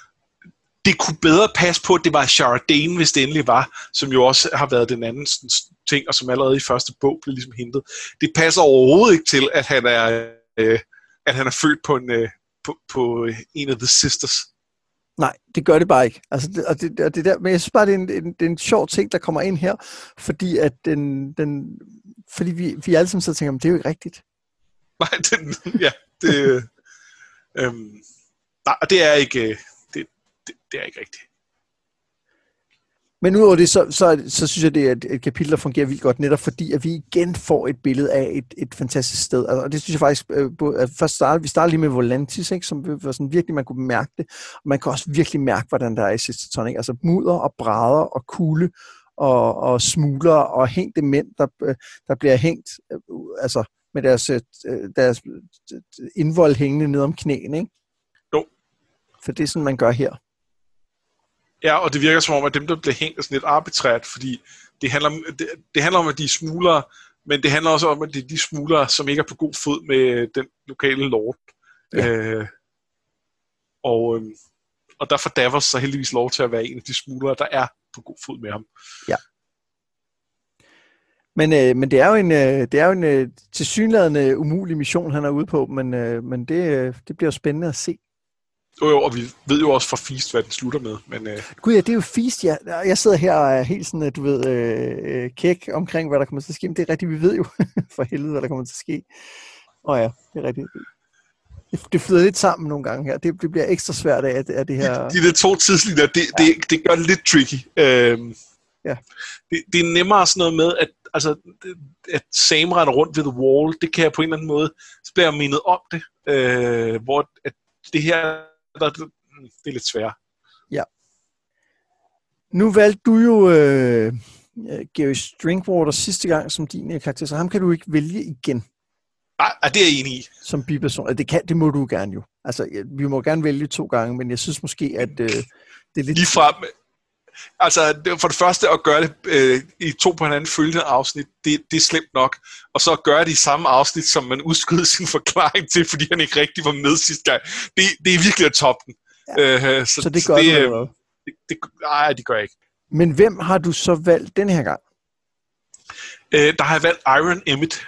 B: Det kunne bedre passe på, at det var Shara Dane, hvis det endelig var, som jo også har været den anden ting, og som allerede i første bog blev ligesom hintet. Det passer overhovedet ikke til, at han er, øh, at han er født på en, øh, på, på en af The Sisters.
A: Nej, det gør det bare ikke. Altså, det, og det, og det der, men jeg synes bare, det er, en, en, det er en sjov ting, der kommer ind her, fordi at den, den fordi vi, vi alle sammen så tænker, det er jo ikke rigtigt.
B: Nej, det, ja, det, øh, nej, det er ikke... Det, det er ikke rigtigt.
A: Men udover det, så, så, så synes jeg, det er et, et kapitel, der fungerer vildt godt, netop fordi, at vi igen får et billede af et, et fantastisk sted. Og det synes jeg faktisk, at først starter, vi starter lige med Volantis, ikke, som var sådan virkelig, man kunne mærke det. Og man kan også virkelig mærke, hvordan der er i Sisterton, ikke? Altså mudder og brædder og kulde og, og smugler og hængte mænd, der, der bliver hængt, altså med deres, deres indvold hængende ned om knæene, ikke?
B: Jo.
A: For det er sådan, man gør her.
B: Ja, og det virker som om, at dem, der bliver hængt, er sådan lidt arbitrært, fordi det handler, om, det, det handler om, at de er smuglere, men det handler også om, at det er de smuglere, som ikke er på god fod med den lokale lord. Ja. Øh, og, og der får Davos så heldigvis lov til at være en af de smuglere, der er på god fod med ham.
A: Ja. Men, øh, men det er jo en, øh, det er jo en øh, tilsyneladende umulig mission, han er ude på, men, øh, men det, øh, det bliver jo spændende at se.
B: Jo, jo, og vi ved jo også fra Feast, hvad den slutter med. Men, øh...
A: Gud ja, det er jo Feast, ja. Jeg sidder her og er helt sådan, du ved, øh, kæk omkring, hvad der kommer til at ske. Men det er rigtigt, vi ved jo for helvede, hvad der kommer til at ske. Åh ja, det er rigtigt. Det, det flyder lidt sammen nogle gange her. Det, det bliver ekstra svært af, at det her...
B: De, de der to tidslinjer, det, ja. det, det gør det lidt tricky. Øhm,
A: ja.
B: det, det er nemmere sådan noget med, at, altså, at Sam render rundt ved The Wall, det kan jeg på en eller anden måde, så bliver jeg mindet om det. Øh, hvor at det her... Der, det er lidt svært.
A: Ja. Nu valgte du jo øh, Gary Drinkwater sidste gang som din karakter, så ham kan du ikke vælge igen.
B: Nej, det er jeg enig i.
A: Som biperson. Det, kan, det må du gerne jo. Altså, vi må gerne vælge to gange, men jeg synes måske, at øh, det er lidt...
B: Ligefrem, altså for det første at gøre det øh, i to på hinanden følgende afsnit, det, det er slemt nok. Og så at gøre det i samme afsnit, som man udskyder sin forklaring til, fordi han ikke rigtig var med sidste gang. Det, det er virkelig at toppe den.
A: Ja. Øh, så, så det gør det,
B: øh, det, det, nej, det gør jeg ikke.
A: Men hvem har du så valgt den her gang?
B: Øh, der har jeg valgt Iron Emmett.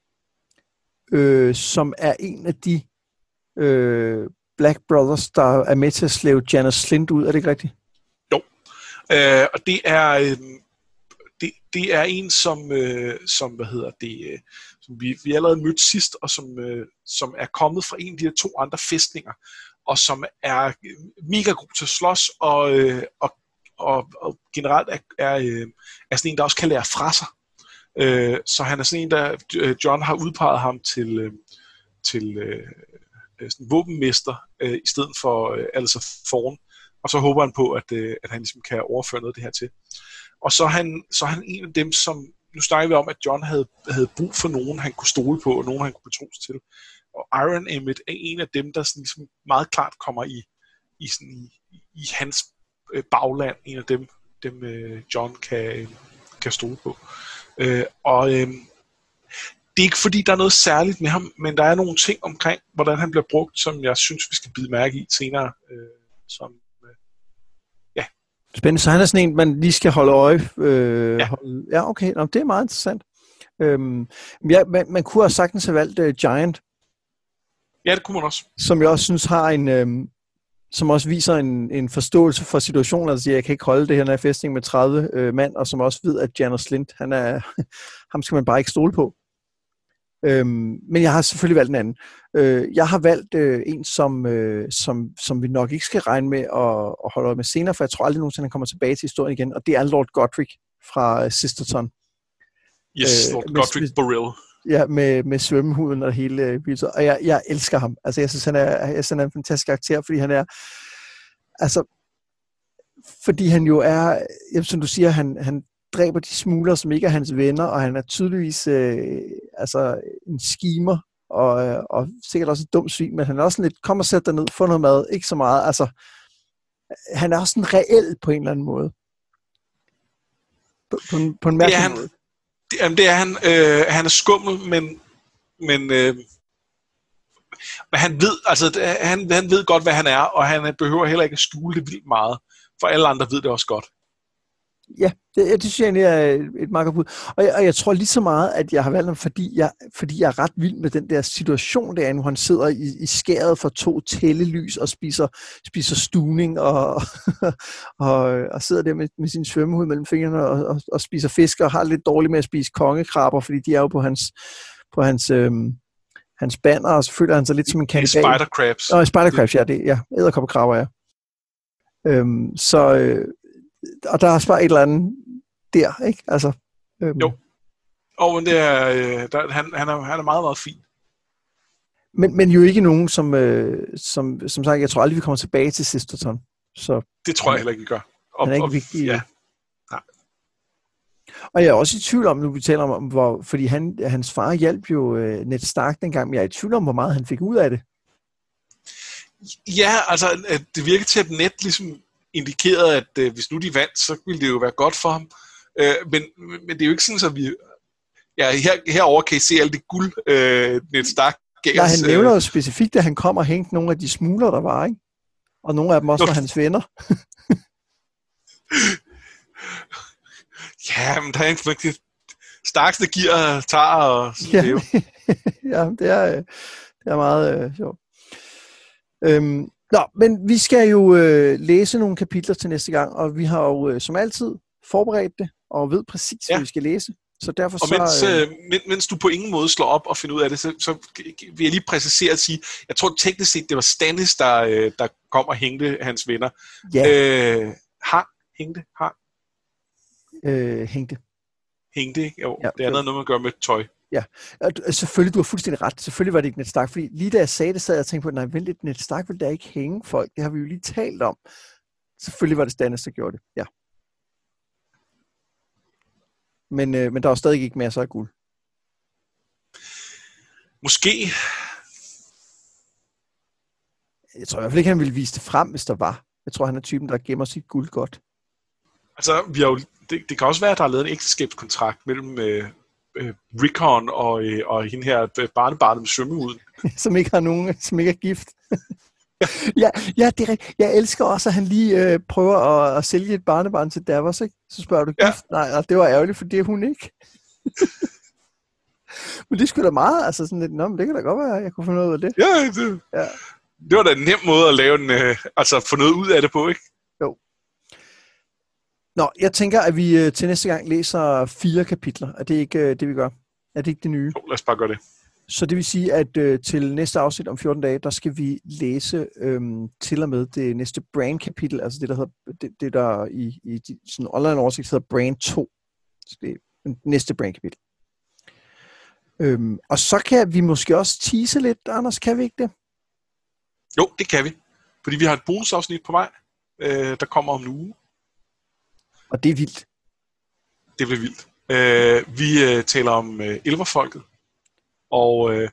A: Øh, som er en af de øh, Black Brothers, der er med til at slæve Janos Slynt ud. Er det ikke rigtigt?
B: Jo. Øh, og det er, øh, det, det er en, som, øh, som hvad hedder det, øh, som vi, vi allerede mødte sidst, og som, øh, som er kommet fra en af de her to andre fæstninger, og som er mega god til at slås, og, øh, og, og, og generelt er, er, øh, er sådan en, der også kan lære fra sig. Øh, så han er sådan en, der John har udpeget ham til, øh, til øh, sådan en våbenmester, øh, i stedet for øh, altså Thorne. Og så håber han på, at, øh, at han ligesom kan overføre noget af det her til. Og så er han, så er han en af dem, som... Nu snakker vi om, at John havde, havde brug for nogen, han kunne stole på, og nogen, han kunne betros til. Og Iron Emmett er en af dem, der sådan ligesom meget klart kommer i, i, sådan, i, i hans øh, bagland. En af dem, dem øh, John kan, kan stole på. Øh, og øh, det er ikke fordi, der er noget særligt med ham, men der er nogle ting omkring, hvordan han bliver brugt, som jeg synes, vi skal bide mærke i senere. Øh, som, øh, ja.
A: Spændende. Så han er sådan en, man lige skal holde øje. Øh,
B: ja.
A: Holde, ja, okay. Nå, det er meget interessant. Øhm, ja, man, man kunne have sagtens have valgt uh, Giant.
B: Ja, det kunne man også.
A: Som jeg også synes har en... Øhm, som også viser en, en forståelse for situationen, altså siger, jeg kan ikke holde det her, når jeg fæstning med tredive øh, mand, og som også ved, at Janos Slynt, han er, ham skal man bare ikke stole på. Øhm, men jeg har selvfølgelig valgt en anden. Øh, jeg har valgt øh, en, som, øh, som, som vi nok ikke skal regne med at, at holde øje med senere, for jeg tror aldrig nogensinde, han kommer tilbage til historien igen, og det er Lord Godric fra uh, Sisterton.
B: Yes, øh, Lord Godric Borrell.
A: Ja, med, med svømmehuden og hele øh, billedet. Og jeg, jeg elsker ham. Altså, jeg synes, han er, jeg synes, han er en fantastisk karakter, fordi han er... Altså, fordi han jo er... Jamen, som du siger, han, han dræber de smugler, som ikke er hans venner, og han er tydeligvis øh, altså, en schemer, og, og sikkert også et dumt svin, men han er også sådan lidt, kom og sæt dig ned, få noget mad, ikke så meget. Altså, han er også sådan reel på en eller anden måde. På, på, en, på en mærkelig
B: ja,
A: måde.
B: Det, jamen, det er han. Øh, han er skummel, men, men, øh, men han ved, altså, han, han ved godt, hvad han er, og han behøver heller ikke at skjule det vildt meget, for alle andre ved det også godt.
A: Ja, det, det synes jeg egentlig er et, et meget godt bud. Og jeg, og jeg tror lige så meget, at jeg har valgt ham, fordi jeg, fordi jeg er ret vild med den der situation, der er, hvor han sidder i, i skæret for to tællelys og spiser, spiser stuning og, og, og sidder der med, med sin svømmehud mellem fingrene og, og, og spiser fisk og har lidt dårligt med at spise kongekrabber, fordi de er jo på hans, på hans, øhm, hans banner, og så føler han sig lidt som en kannibal.
B: Spider crabs.
A: Åh, spider crabs, ja, det ja, edderkoppekrabber, ja. Øhm, så... Øh, og der er bare et eller andet der, ikke? Altså, øhm.
B: Jo. Og men det er, øh, der, han, han, er, han er meget, meget fin.
A: Men, men jo ikke nogen, som, øh, som, som sagt, jeg tror aldrig, vi kommer tilbage til Sisterton. Så,
B: det tror jeg heller ikke, vi gør.
A: Og, han er ikke og, vigtig.
B: Ja. Nej.
A: Og jeg er også i tvivl om, nu vi taler om, hvor, fordi han, hans far hjalp jo øh, Ned Stark dengang, men jeg er i tvivl om, hvor meget han fik ud af det.
B: Ja, altså, det virker til, at Ned ligesom indikerede, at øh, hvis nu de vandt, så ville det jo være godt for ham. Øh, men, men det er jo ikke sådan, at vi... Ja, her, herover kan I se alt det guld, øh, Ned Stark gav os.
A: Nej, han nævner jo specifikt, at han kom og hængte nogle af de smugler, der var, ikke? Og nogle af dem også var hans venner.
B: Ja, men der er ikke rigtig... Starks, der giver, tager og...
A: Ja, ja, det er, det er meget øh, sjovt. Øhm, Nå, men vi skal jo øh, læse nogle kapitler til næste gang, og vi har jo øh, som altid forberedt det, og ved præcis, ja. Hvad vi skal læse. Så derfor
B: og mens,
A: så,
B: øh, mens, mens du på ingen måde slår op og finder ud af det, så, så vil jeg lige præcisere at sige, jeg tror teknisk set, det var Stannis, der, øh, der kom og hængte hans venner.
A: Ja.
B: Øh, hang, hængte, hang.
A: Øh, hængte.
B: Hængte, ikke? Jo,
A: ja,
B: det er noget, man gør med tøj.
A: Ja, selvfølgelig, du har fuldstændig ret. Selvfølgelig var det ikke Ned Stark, fordi lige da jeg sagde det, så havde jeg tænkt på, nej, vent lidt, Ned Stark ville da ikke hænge folk. Det har vi jo lige talt om. Selvfølgelig var det Stannis, der gjorde det, ja. Men, øh, men der var stadig ikke masser af guld.
B: Måske.
A: Jeg tror i hvert fald ikke, han ville vise det frem, hvis der var. Jeg tror, han er typen, der gemmer sit guld godt.
B: Altså, vi har jo, det, det kan også være, at der er lavet en ægteskabskontrakt mellem øh, øh, Rickon og, øh, og hende her barnebarnet med svømmeuden.
A: som ikke har nogen, som ikke er gift. ja, ja, det er rigtigt. Jeg elsker også, at han lige øh, prøver at, at sælge et barnebarn til Davos, ikke? Så spørger du, gift? Ja. Nej, og det var ærgerligt, for det er hun ikke. Men det skulle da meget, altså sådan lidt, nå, men det kan da godt være, jeg kunne få noget ud af det.
B: Ja, det, ja. Det var da en nem måde at lave en, øh, altså få noget ud af det på, ikke?
A: Jo. Nå, jeg tænker, at vi øh, til næste gang læser fire kapitler. Er det ikke øh, det, vi gør? Er det ikke det nye?
B: Jo, lad os bare gøre det.
A: Så det vil sige, at øh, til næste afsnit om fjorten dage, der skal vi læse øh, til og med det næste Bran-kapitel, altså det, der hedder, det, det der i, i sådan en online oversigt hedder Bran to. Så det er det næste Bran-kapitel. Øhm, og så kan vi måske også tease lidt, Anders, kan vi ikke det?
B: Jo, det kan vi. Fordi vi har et bonusafsnit på vej, øh, der kommer om en uge.
A: Og det er vildt.
B: Det bliver vildt. Øh, vi øh, taler om øh, elverfolket. Og øh,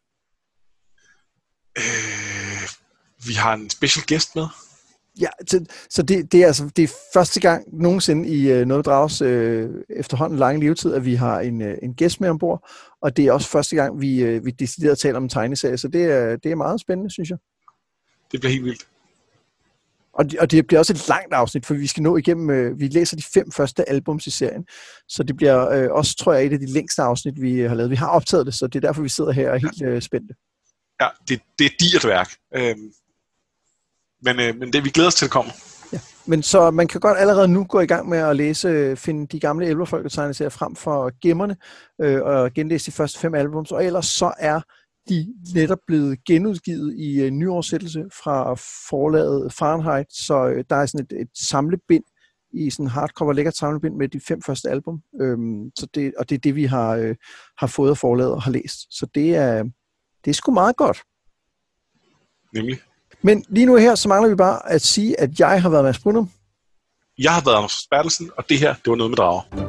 B: øh, vi har en special guest med.
A: Ja, så, så det, det, er altså, det er første gang nogensinde i øh, Noget Drags øh, efterhånden lange levetid, at vi har en, øh, en gæst med ombord. Og det er også første gang, vi, øh, vi decideret taler om en tegneserie. Så det er, det er meget spændende, synes jeg.
B: Det bliver helt vildt.
A: Og det, og det bliver også et langt afsnit, for vi skal nå igennem, øh, vi læser de fem første albums i serien, så det bliver øh, også, tror jeg, et af de længste afsnit, vi har lavet. Vi har optaget det, så det er derfor, vi sidder her og er helt øh, spændte.
B: Ja, det, det er digert værk. Øhm, men øh, men det, vi glæder os til, at komme.
A: Ja. Men så man kan godt allerede nu gå i gang med at læse, finde de gamle elverfolketegneserier frem for gemmerne, øh, og genlæse de første fem albums, og ellers så er de netop blevet genudgivet i en ny oversættelse fra forlaget Fahrenheit, så øh, der er sådan et, et samlebind i sådan en hardcover lækkert samlebind med de fem første album, øhm, så det, og det er det, vi har, øh, har fået af forlaget og har læst. Så det er, det er sgu meget godt.
B: Nemlig.
A: Men lige nu her, så mangler vi bare at sige, at jeg har været Mads Brunum.
B: Jeg har været Anders Bertelsen, og det her, det var Noget med Drager.